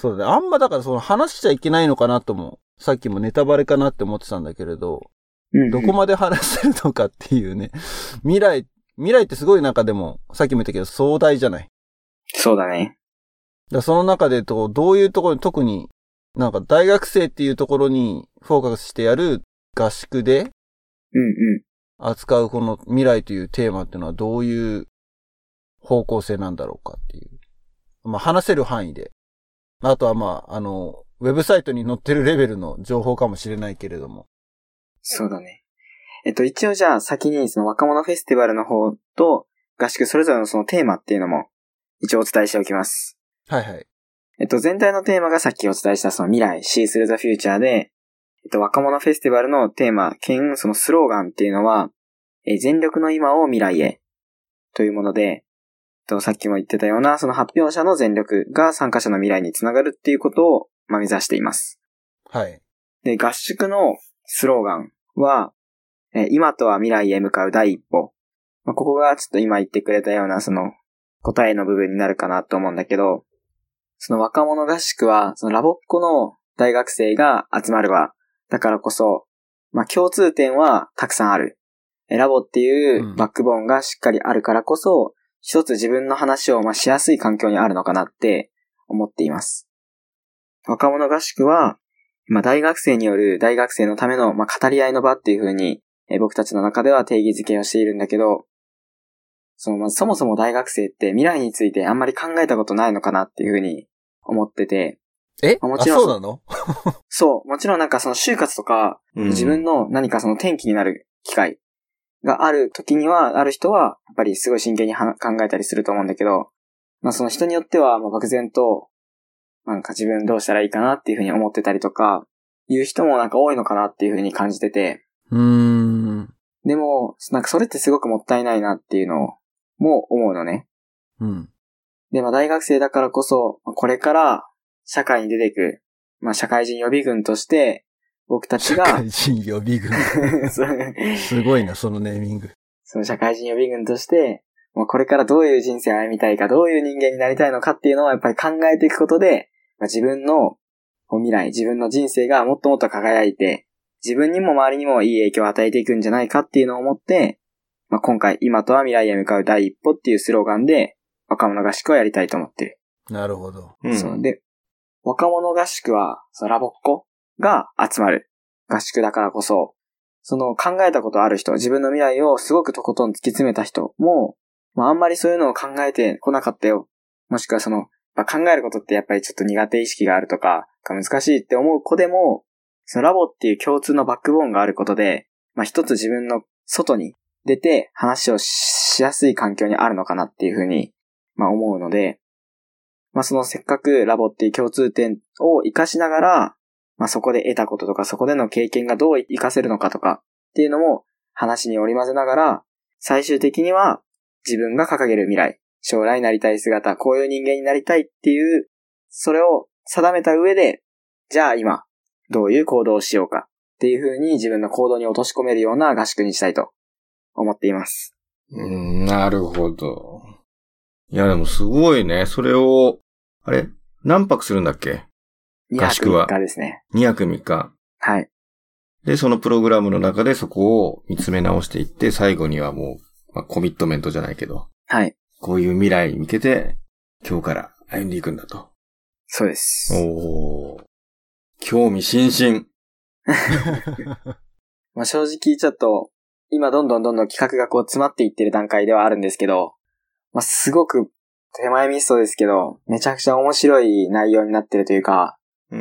そうだね。あんまだからその話しちゃいけないのかなとも、さっきもネタバレかなって思ってたんだけれど、 うんうん、 どこまで話せるのかっていうね。未来、未来ってすごい中でも、さっきも言ったけど壮大じゃない。 そうだね。 だその中でと、どういうところに特に、なんか大学生っていうところにフォーカスしてやる合宿で、 うんうん。 扱うこの未来というテーマっていうのはどういう方向性なんだろうかっていう。まあ話せる範囲で。あとはまあ、あの、ウェブサイトに載ってるレベルの情報かもしれないけれども。 そうだね。えっと、一応じゃあ先にその若者フェスティバルの方と合宿それぞれのそのテーマっていうのも一応お伝えしておきます。 はいはい。 えっと、全体のテーマがさっきお伝えしたその未来、See Through the Future で、えっと、若者フェスティバルのテーマ兼そのスローガンっていうのは、えー、全力の今を未来へというもので、えっと、さっきも言ってたようなその発表者の全力が参加者の未来につながるっていうことを、まあ、目指しています。 はい。 で、合宿のスローガンは、えー、今とは未来へ向かう第一歩。まあ、ここがちょっと今言ってくれたようなその答えの部分になるかなと思うんだけど、その若者合宿は、そのラボっ子の大学生が集まる場。だからこそ、まあ、共通点はたくさんある。ラボっていうバックボーンがしっかりあるからこそ、うん、一つ自分の話をまあしやすい環境にあるのかなって思っています。若者合宿は、まあ、大学生による大学生のためのまあ語り合いの場っていう風に、え僕たちの中では定義づけをしているんだけど、そのまあ、そもそも大学生って未来についてあんまり考えたことないのかなっていう風に思ってて。 え、 もちろん、 あ、そうなのそう。もちろんなんかその就活とか、うん、自分の何かその転機になる機会がある時には、ある人は、やっぱりすごい真剣に考えたりすると思うんだけど、まあその人によっては、まあ漠然と、なんか自分どうしたらいいかなっていうふうに思ってたりとか、いう人もなんか多いのかなっていうふうに感じてて。 うーん。 でも、なんかそれってすごくもったいないなっていうのも思うのね。 うん。 で、まあ大学生だからこそ、これから、社会に出ていく、まあ社会人予備軍として、僕たちが、 社会人予備軍。すごいな、そのネーミング。 その社会人予備軍として、まあ、これからどういう人生を歩みたいか、どういう人間になりたいのかっていうのをやっぱり考えていくことで、まあ、自分の未来、自分の人生がもっともっと輝いて、自分にも周りにもいい影響を与えていくんじゃないかっていうのを思って、まあ、今回、今とは未来へ向かう第一歩っていうスローガンで、若者合宿をやりたいと思ってる。 なるほど。 うん、そうで、若者合宿は、そのラボっ子が集まる合宿だからこそ、その考えたことある人、自分の未来をすごくとことん突き詰めた人も、まあ、あんまりそういうのを考えてこなかったよ。もしくはその、まあ、考えることってやっぱりちょっと苦手意識があるとか、難しいって思う子でも、そのラボっていう共通のバックボーンがあることで、まあ、一つ自分の外に出て話をしやすい環境にあるのかなっていうふうに、まあ、思うので、まあ、そのせっかくラボっていう共通点を活かしながら、まあ、そこで得たこととか、そこでの経験がどう活かせるのかとかっていうのも話に織り交ぜながら、最終的には自分が掲げる未来、将来なりたい姿、こういう人間になりたいっていう、それを定めた上で、じゃあ今、どういう行動をしようかっていう風に自分の行動に落とし込めるような合宿にしたいと思っています。 うん、なるほど。いやでもすごいね。それを、あれ何泊するんだっけ？合宿は。 にはくみっかですね。 にはくみっか。 はい。 で、そのプログラムの中でそこを見つめ直していって、最後にはもう、まあ、コミットメントじゃないけど。 はい。こういう未来に向けて、今日から歩んでいくんだと。 そうです。 おー。興味津々。 まあ正直ちょっと、今どんどんどんどん企画がこう詰まっていってる段階ではあるんですけど、まあすごく手前味噌ですけど、めちゃくちゃ面白い内容になってるというか、 うん。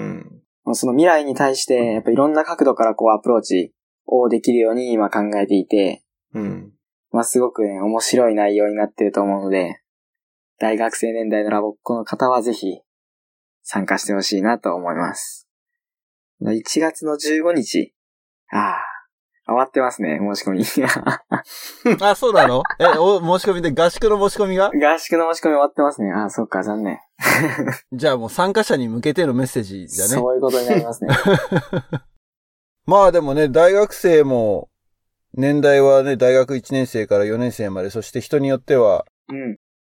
その未来に対して、やっぱいろんな角度からこうアプローチをできるように今考えていて、 うん。 まあすごくね、面白い内容になってると思うので、大学生年代のラボっ子の方はぜひ参加してほしいなと思います。いちがつのじゅうごにち。ああ、終わってますね、申し込み。 あ、そうなの？え、お、申し込みで合宿の申し込みが？ 合宿の申し込み終わってますね。ああ、そっか、残念。 じゃあもう参加者に向けてのメッセージだね。 そういうことになりますね。 まあでもね、大学生も、年代はね、大学いちねん生からよねん生まで、そして人によっては、 うん。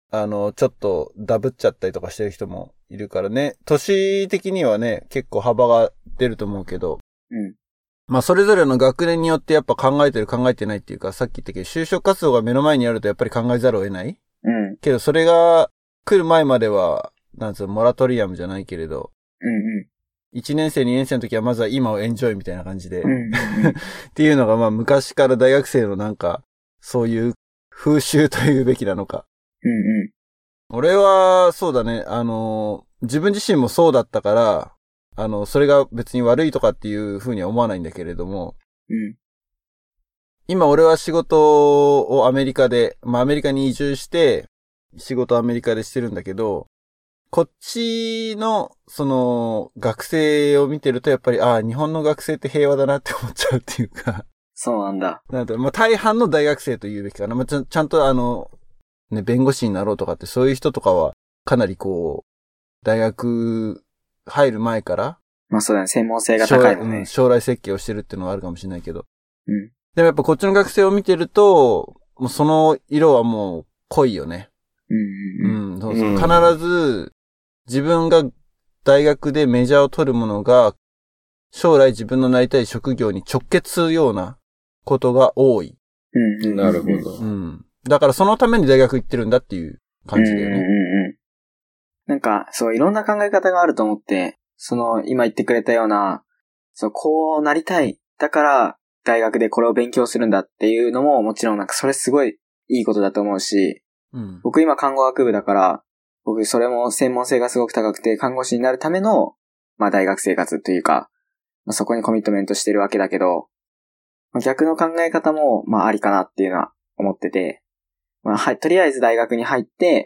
あの、ちょっとダブっちゃったりとかしてる人もいるからね。年的にはね、結構幅が出ると思うけど。 うん。 まあ、それぞれの学年によってやっぱ考えてる考えてないっていうか、さっき言ったけど、就職活動が目の前にあるとやっぱり考えざるを得ない。 うん。 けど、それが来る前までは、なんつうの、モラトリアムじゃないけれど。 うんうん。 いちねん生、にねん生の時はまずは今をエンジョイみたいな感じで。 うんうんうん、 っていうのがまあ昔から大学生のなんか、そういう風習というべきなのか。 うんうん。 俺は、そうだね、あの、自分自身もそうだったから、あの、それが別に悪いとかっていうふうには思わないんだけれども、 うん。 今俺は仕事をアメリカで、まあアメリカに移住して、仕事をアメリカでしてるんだけど、こっちの、その、学生を見てるとやっぱり、ああ、日本の学生って平和だなって思っちゃうっていうか。 そうなんだ。 なんて、まあ大半の大学生と言うべきかな。まあちゃん、ちゃんとあの、ね、弁護士になろうとかってそういう人とかは、かなりこう、大学入る前から、 まあそうだね、専門性が高いもんね。 将来、うん、将来設計をしてるっていうのがあるかもしれないけど。 うん。 でもやっぱこっちの学生を見てると、もうその色はもう濃いよね。 うんうんうん。 うん、そうそう。必ず、自分が大学でメジャーを取るものが、将来自分のなりたい職業に直結するようなことが多い。 うんうん、 なるほど。 うん。だからそのために大学行ってるんだっていう感じだよね。 うんうんうん。なんか、そう、いろんな考え方があると思って、その、今言ってくれたような、そう、こうなりたい。だから、大学でこれを勉強するんだっていうのも、もちろんなんかそれすごいいいことだと思うし、 うん、 僕今看護学部だから、僕それも専門性がすごく高くて、看護師になるための、まあ大学生活というか、まあ、そこにコミットメントしてるわけだけど、逆の考え方も、まあありかなっていうのは思ってて、まあはい、とりあえず大学に入って、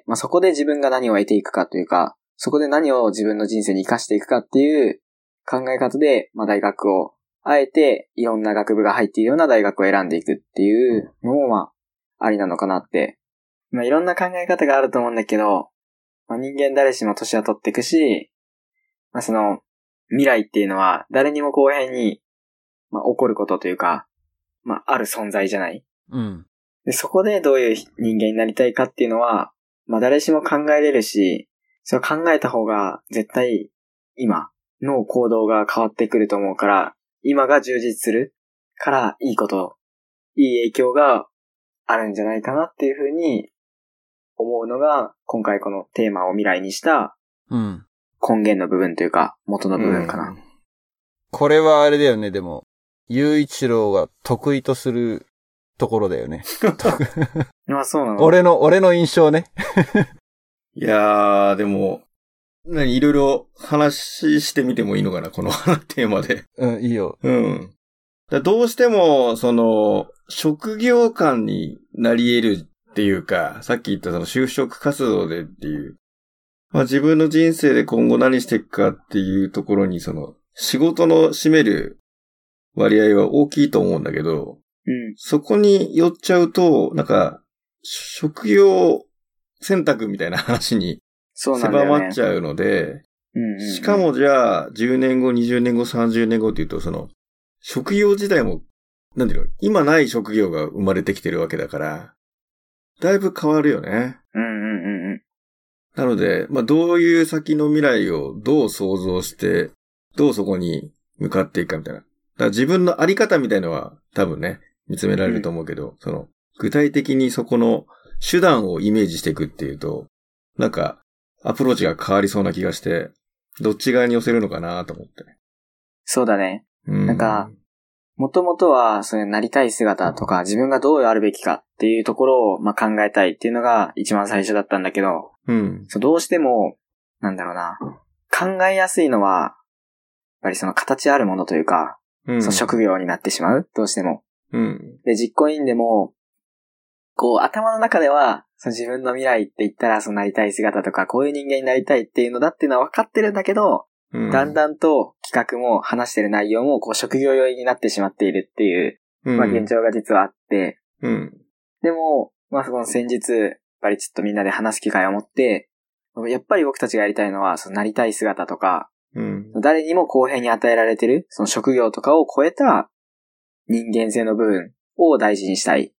まあそこで自分が何を得ていくかというか、そこで何を自分の人生に活かしていくかっていう考え方で、まあ大学を、あえていろんな学部が入っているような大学を選んでいくっていうのも、まあ、ありなのかなって。まあいろんな考え方があると思うんだけど、まあ、人間誰しも年は取っていくし、まあその、未来っていうのは誰にも公平に、まあ起こることというか、まあある存在じゃない。 うん。 で、そこでどういう人間になりたいかっていうのは、まあ誰しも考えれるし、それを考えた方が絶対今の行動が変わってくると思うから、今が充実するからいいこと、いい影響があるんじゃないかなっていうふうに思うのが、今回このテーマを未来にした根源の部分というか元の部分かな。うん、 これはあれだよね、でも。雄一郎が得意とするところだよね。 まあそうなの。 俺の、俺の印象ね。 いやー、でも、何、いろいろ話してみてもいいのかな、このテーマで。 うん、いいよ。 うん。だどうしても、その、職業観になり得るっていうか、さっき言ったその就職活動でっていう、まあ自分の人生で今後何していくかっていうところに、その、仕事の占める割合は大きいと思うんだけど、 うん、 そこに寄っちゃうと、なんか、職業選択みたいな話に狭まっちゃうので、しかもじゃあ、じゅうねんご、にじゅうねんご、さんじゅうねんごっていうと、その、職業自体も、なんていうの、今ない職業が生まれてきてるわけだから、だいぶ変わるよね。 うんうんうんうん。 なので、まあ、どういう先の未来をどう想像して、どうそこに向かっていくかみたいな。だから自分のあり方みたいのは多分ね、見つめられると思うけど、うん、その、具体的にそこの手段をイメージしていくっていうと、なんか、アプローチが変わりそうな気がして、どっち側に寄せるのかなと思って。 そうだね。 うん、 なんか、もともとは、そういうなりたい姿とか、自分がどうあるべきかっていうところを、まあ、考えたいっていうのが一番最初だったんだけど、 うん、 そうどうしても、なんだろうな、考えやすいのは、やっぱりその形あるものというか、うん、その職業になってしまうどうしても。 うん、 で、実行委員でも、こう、頭の中では、その自分の未来って言ったら、そのなりたい姿とか、こういう人間になりたいっていうのだっていうのは分かってるんだけど、うん、だんだんと企画も話してる内容も、こう、職業用になってしまっているっていう、うん、まあ、現状が実はあって、 うん、 でも、まあ、その先日、やっぱりちょっとみんなで話す機会を持って、やっぱり僕たちがやりたいのは、そのなりたい姿とか、 うん、 誰にも公平に与えられてる、その職業とかを超えた人間性の部分を大事にしたい。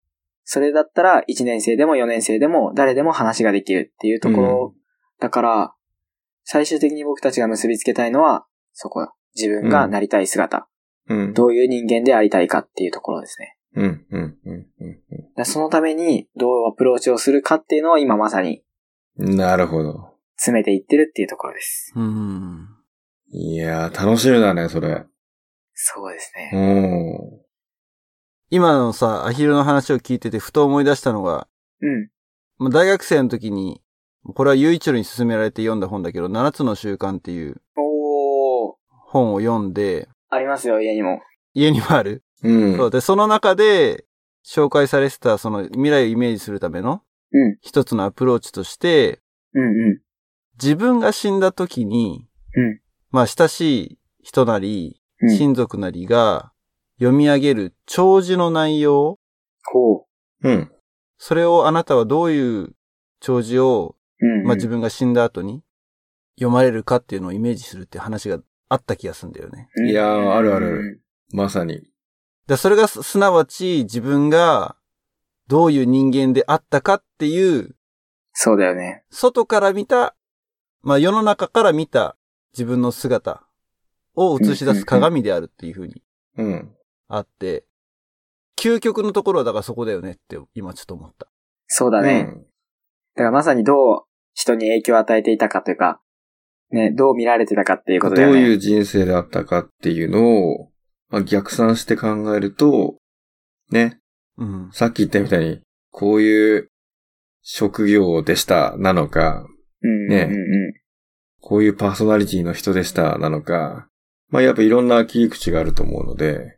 それだったらいちねん生でもよねん生でも誰でも話ができるっていうところ、うん、だから、最終的に僕たちが結びつけたいのは、そこ、自分がなりたい姿、うん、どういう人間でありたいかっていうところですね。 うん、うん、うん、 うん。そのためにどうアプローチをするかっていうのを今まさに、 なるほど。 詰めていってるっていうところです。 うん。 いやー、楽しみだね、それ。 そうですね。 うん。 今のさ、アヒルの話を聞いててふと思い出したのが、 うん。 大学生の時に、これは雄一郎に勧められて読んだ本だけど、ななつの習慣っていうおー本を読んで、 ありますよ、家にも。 家にもある。 うん。 そうで、その中で紹介されてた、その未来をイメージするための、 うん。 一つのアプローチとして、 うんうん。 自分が死んだ時に、 うん。 まあ、親しい人なり、 うん、 親族なりが読み上げる弔辞の内容。 ほう。うん。 それをあなたはどういう弔辞を、 うんうん、 まあ自分が死んだ後に読まれるかっていうのをイメージするっていう話があった気がするんだよね。 いやー、あるある。まさに。 だそれがすなわち自分がどういう人間であったかっていう。 そうだよね。 外から見た、まあ世の中から見た自分の姿を映し出す鏡であるっていう風にあって、うんうん、究極のところはだからそこだよねって今ちょっと思った。 そうだね。うん、だからまさにどう人に影響を与えていたかというか、ね、どう見られてたかっていうことだよね。 どういう人生であったかっていうのを、まあ、逆算して考えると、ね、 うん、 さっき言ったみたいに、こういう職業でしたなのか、 うんうんうん、 ね、こういうパーソナリティの人でしたなのか、まあやっぱいろんな切り口があると思うので、 うんうんうん、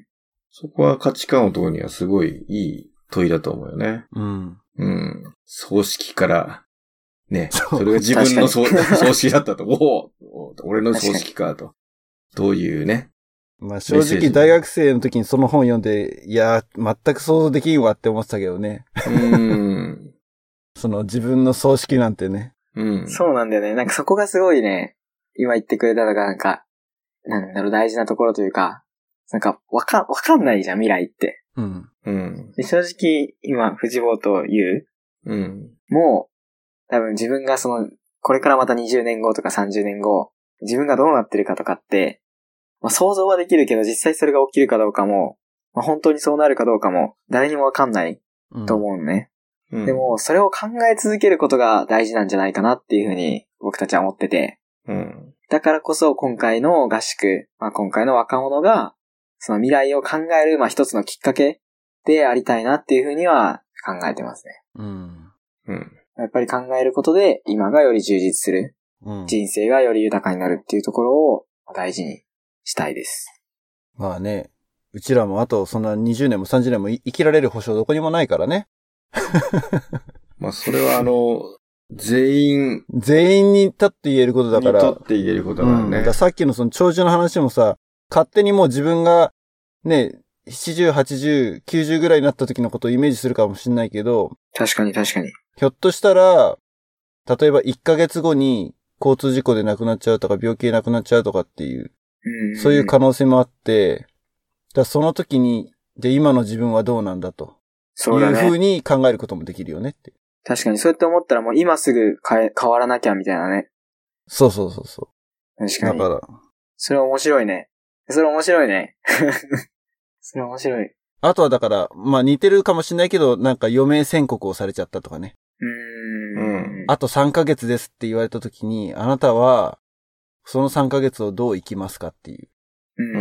そこは価値観を問うにはすごいいい問いだと思うよね。 うん。 うん。葬式から、ね、それが自分の葬式だったと、おお、俺の葬式かと。どういうね。 まあ正直大学生の時にその本読んで、いや、全く想像できんわって思ってたけどね。 うーん。 その自分の葬式なんてね。 うん。 そうなんだよね。なんかそこがすごいね、今言ってくれたのがなんか、なんだろう、大事なところというか、なんか、わか、わかんないじゃん、未来って。 うん。 うん。 で正直、今、藤坊と言う。 うん。 もう、多分自分がその、これからまたにじゅうねんごとかさんじゅうねんご、自分がどうなってるかとかって、まあ想像はできるけど、実際それが起きるかどうかも、まあ本当にそうなるかどうかも、誰にもわかんないと思うのね。 うん、 でも、それを考え続けることが大事なんじゃないかなっていうふうに、僕たちは思ってて。 うん。 だからこそ、今回の合宿、まあ今回の若者が、その未来を考える、まあ一つのきっかけでありたいなっていうふうには考えてますね。 うん。 うん。 やっぱり考えることで、今がより充実する。 うん、 人生がより豊かになるっていうところを大事にしたいです。 まあね、うちらもあとそんなにじゅうねんもさんじゅうねんも生きられる保証どこにもないからね。 まあそれはあの、全員。 全員に立って言えることだから。 にとって言えることだからね。 うん、ださっきのその長寿の話もさ、勝手にもう自分がね、ななじゅう、はちじゅう、きゅうじゅうぐらいになった時のことをイメージするかもしれないけど。 確かに確かに。 ひょっとしたら、例えばいっかげつごに交通事故で亡くなっちゃうとか病気で亡くなっちゃうとかっていう、 うん、 そういう可能性もあって、だその時に、で今の自分はどうなんだと。 そうだね。 いう風に考えることもできるよねって。 確かにそうやって思ったらもう今すぐ変え、変わらなきゃみたいなね。 そうそうそうそう。 確かに。 だから。 それ面白いね。それ面白いね。それ面白い。 あとはだから、まあ似てるかもしれないけど、なんか余命宣告をされちゃったとかね。 うーん。 あとさんかげつですって言われた時に、あなたは、そのさんかげつをどう生きますかっていう。 うん。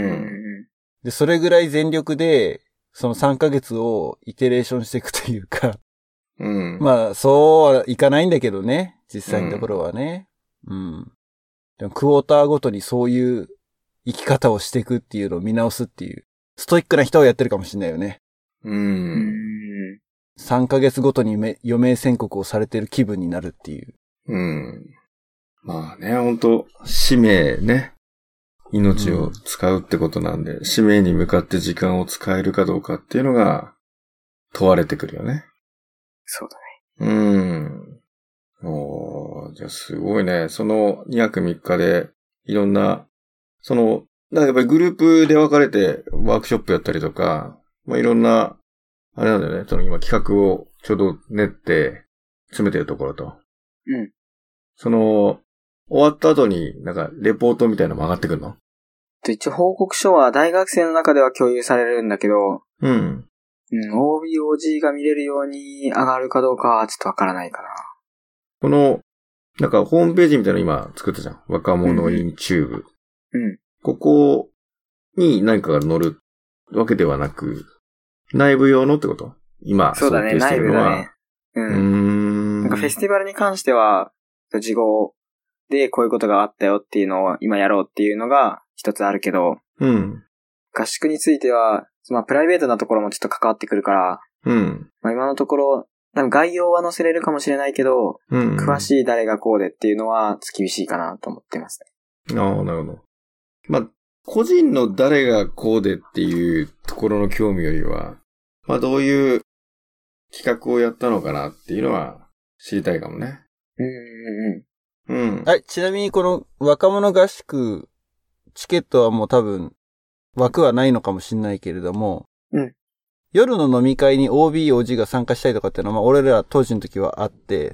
で、それぐらい全力で、そのさんかげつをイテレーションしていくというか。 うん。 まあ、そうはいかないんだけどね。実際のところはね。うん。うん、でもクォーターごとにそういう生き方をしていくっていうのを見直すっていう。ストイックな人はやってるかもしれないよね。 うん。 さんかげつごとに余命宣告をされてる気分になるっていう。 うん。まあね、ほんと、使命ね。命を使うってことなんで、うん、使命に向かって時間を使えるかどうかっていうのが問われてくるよね。 そうだね。うん。おー、じゃあすごいね。そのにはくみっかでいろんな、その、だからやっぱりグループで分かれてワークショップやったりとか、まあいろんなあれなんだよね。その今企画をちょうど練って詰めてるところと。 うん。 その、終わった後になんかレポートみたいなのも上がってくるの？ 一応報告書は大学生の中では共有されるんだけど、 うん。 うん、オービー、オージー が見れるように上がるかどうかはちょっとわからないかな。 この、なんかホームページみたいなの今作ったじゃん。若者インチューブ。 うん。 ここに何かが載るわけではなく、内部用のってこと？今、 そうだね、内部だね。うん。 うーん。 なんかフェスティバルに関しては、事後でこういうことがあったよっていうのを今やろうっていうのが一つあるけど、 うん。 合宿については、まあプライベートなところもちょっと関わってくるから、 うん。 まあ今のところ、多分概要は載せれるかもしれないけど、 うん、 詳しい誰がこうでっていうのは厳しいかなと思ってますね。ああ、なるほど。まあ、個人の誰がこうでっていうところの興味よりは、まあどういう企画をやったのかなっていうのは知りたいかもね。 うんうんうん。うん。 はい、ちなみにこの若者合宿、チケットはもう多分枠はないのかもしれないけれども、 うん。 夜の飲み会に オービー、オージー が参加したいとかっていうのは、まあ俺ら当時の時はあって、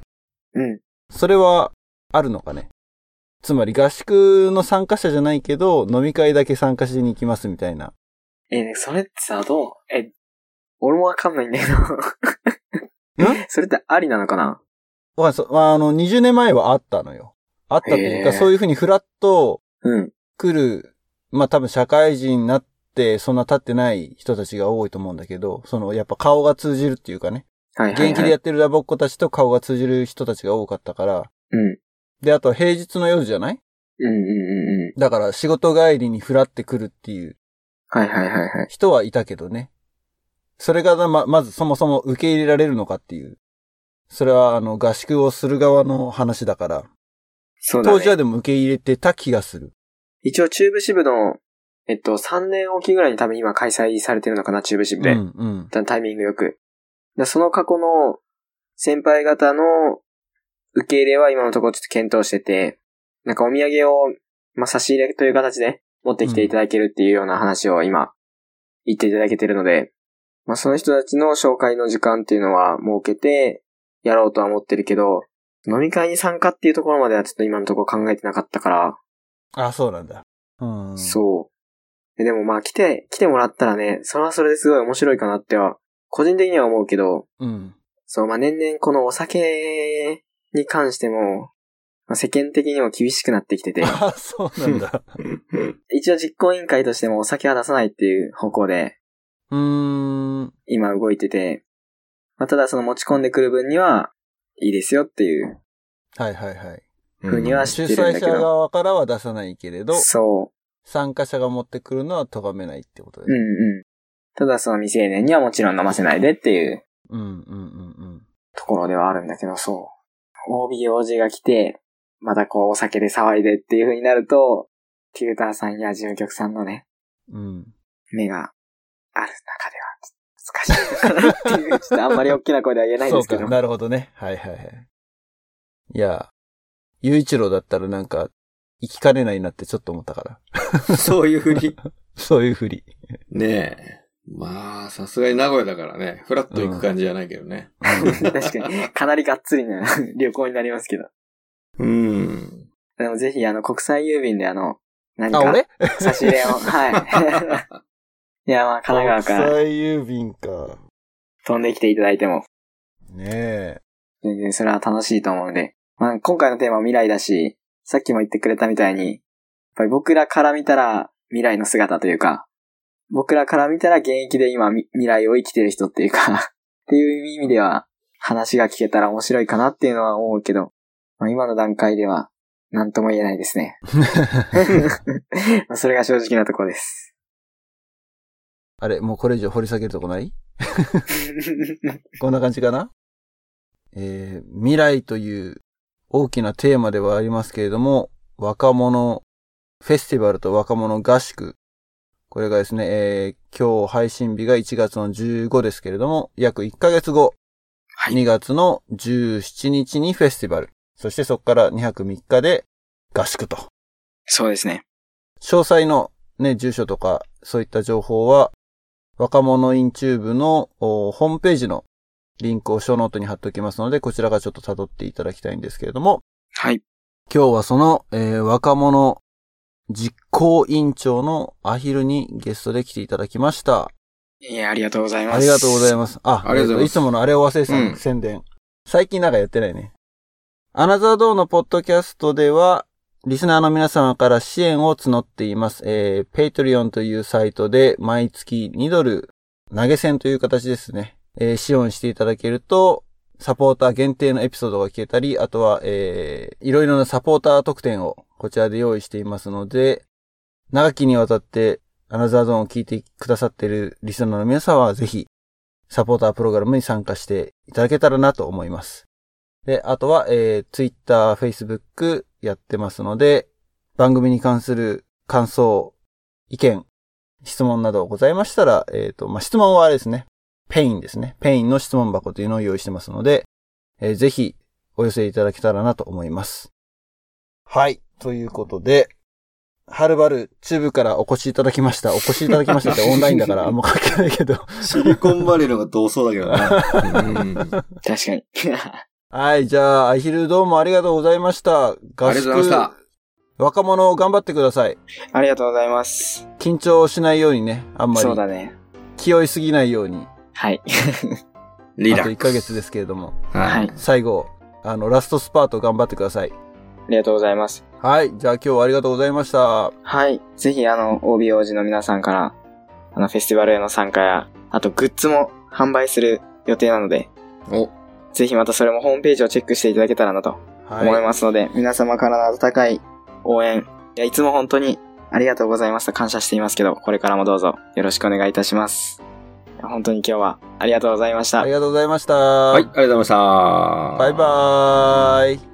うん。 それはあるのかね。つまり合宿の参加者じゃないけど、飲み会だけ参加しに行きますみたいな。 え、ね、それってさ、どうえ、俺もわかんないんだけど。んそれってありなのかな？ わかんない。そあの、にじゅうねんまえはあったのよ。あったっていうか、そういうふうにフラッと来る、うん、まあ多分社会人になってそんな経ってない人たちが多いと思うんだけど、そのやっぱ顔が通じるっていうかね。はいはいはい、現役でやってるラボっ子たちと顔が通じる人たちが多かったから。 うん。 で、あと平日の夜じゃない？ うんうんうんうん。 だから仕事帰りにフラって来るっていう。 はいはいはいはい。 人はいたけどね。それがま、まずそもそも受け入れられるのかっていう。それはあの合宿をする側の話だから。そうだね。当時はでも受け入れてた気がする。 一応中部支部の、えっと、さんねんおきぐらいに多分今開催されてるのかな、中部支部で。うんうん。タイミングよく。その過去の先輩方の受け入れは今のところちょっと検討してて、なんかお土産を、まあ、差し入れという形で持ってきていただけるっていうような話を今言っていただけてるので、まあ、その人たちの紹介の時間っていうのは設けてやろうとは思ってるけど、飲み会に参加っていうところまではちょっと今のところ考えてなかったから。 あ、そうなんだ。うん。 そう。でもまあ来て、来てもらったらね、それはそれですごい面白いかなっては、個人的には思うけど、 うん。 そう、まあ年々このお酒に関しても、まあ、世間的にも厳しくなってきてて。 あ、そうなんだ。 一応実行委員会としてもお酒は出さないっていう方向で、 うーん。 今動いてて、まあ、ただその持ち込んでくる分にはいいですよっていう。 はいはいはい。 ふうには知ってるんだけど。 主催者側からは出さないけれど、 そう。 参加者が持ってくるのは咎めないってことで。 うんうん。ただその未成年にはもちろん飲ませないでっていう。 うんうんうんうん。 ところではあるんだけど、そう。オービー、オージー が来て、またこうお酒で騒いでっていう風になると、ティューターさんや事務局さんのね、 うん。 目がある中では難しいのかなっていう、ちょっとあんまり大きな声では言えないんですけど。 そうか、なるほどね。はいはいはい。いや、雄一郎だったらなんか、生きかねないなってちょっと思ったから。 そういうふりそういうふり。 ねえ。まあ、さすがに名古屋だからね、フラッと行く感じじゃないけどね。 うん、確かに、かなりがっつりな旅行になりますけど。 うん。 でもぜひ、あの、国際郵便であの、何か、 あ、俺差し入れを、はい。いや、まあ、神奈川から。 国際郵便か。 飛んできていただいても。 ねえ。 全然それは楽しいと思うので。まあ、今回のテーマは未来だし、さっきも言ってくれたみたいに、やっぱり僕らから見たら未来の姿というか、僕らから見たら現役で今未来を生きてる人っていうか、っていう意味では話が聞けたら面白いかなっていうのは思うけど、まあ、今の段階では何とも言えないですね。それが正直なところです。 あれ、もうこれ以上掘り下げるとこないこんな感じかな、えー、未来という大きなテーマではありますけれども、若者フェスティバルと若者合宿。これがですね、えー、今日配信日がいちがつのじゅうごですけれども、約いっかげつご、はい、にがつのじゅうしちにちにフェスティバル。そしてそこからにはくみっかで合宿と。 そうですね。 詳細のね、住所とかそういった情報は、 若者インチューブのホームページのリンクをショーノートに貼っておきますので、こちらがちょっと辿っていただきたいんですけれども。 はい。 今日はその、えー、若者実行委員長のアヒルにゲストで来ていただきました。 いや、ありがとうございます。 ありがとうございます。あ、 ありがとうございます。 いつものあれを忘れてた、うん、宣伝。最近なんかやってないね。アナザードーのポッドキャストでは、リスナーの皆様から支援を募っています。えー、Patreon というサイトで毎月にドル投げ銭という形ですね。えー、支援していただけると、サポーター限定のエピソードが聞けたり、あとは、えー、いろいろなサポーター特典をこちらで用意していますので、長きにわたってアナザードーンを聞いてくださっているリスナーの皆様はぜひ、サポータープログラムに参加していただけたらなと思います。で、あとは、えー、Twitter、Facebook やってますので、番組に関する感想、意見、質問などございましたら、えっと、まあ、質問はあれですね。ペインですね。ペインの質問箱というのを用意してますので、えー、ぜひお寄せいただけたらなと思います。はい。ということで、はるばるチューブからお越しいただきました。お越しいただきましたってオンラインだからあんま関係ないけど。 シリコンバレーのが同窓だけどな。うん、 確かに。 はい。じゃあ、アヒルどうもありがとうございました。 ありがとうございました。 若者頑張ってください。 ありがとうございます。 緊張しないようにね、あんまり。 そうだね。 気負いすぎないように。 はい。 リラックス。 あといっかげつですけれども。 はい。 最後、あの、ラストスパート頑張ってください。 ありがとうございます。 はい。じゃあ今日はありがとうございました。 はい。ぜひあの、オービーオージー の皆さんから、あの、フェスティバルへの参加や、あとグッズも販売する予定なので、 おぜひまたそれもホームページをチェックしていただけたらなと思いますので、はい、皆様からの温かい応援、いや、いつも本当にありがとうございますと感謝していますけど、これからもどうぞよろしくお願いいたします。本当に今日はありがとうございました。 ありがとうございました。 はい、ありがとうございました。 バイバーイ。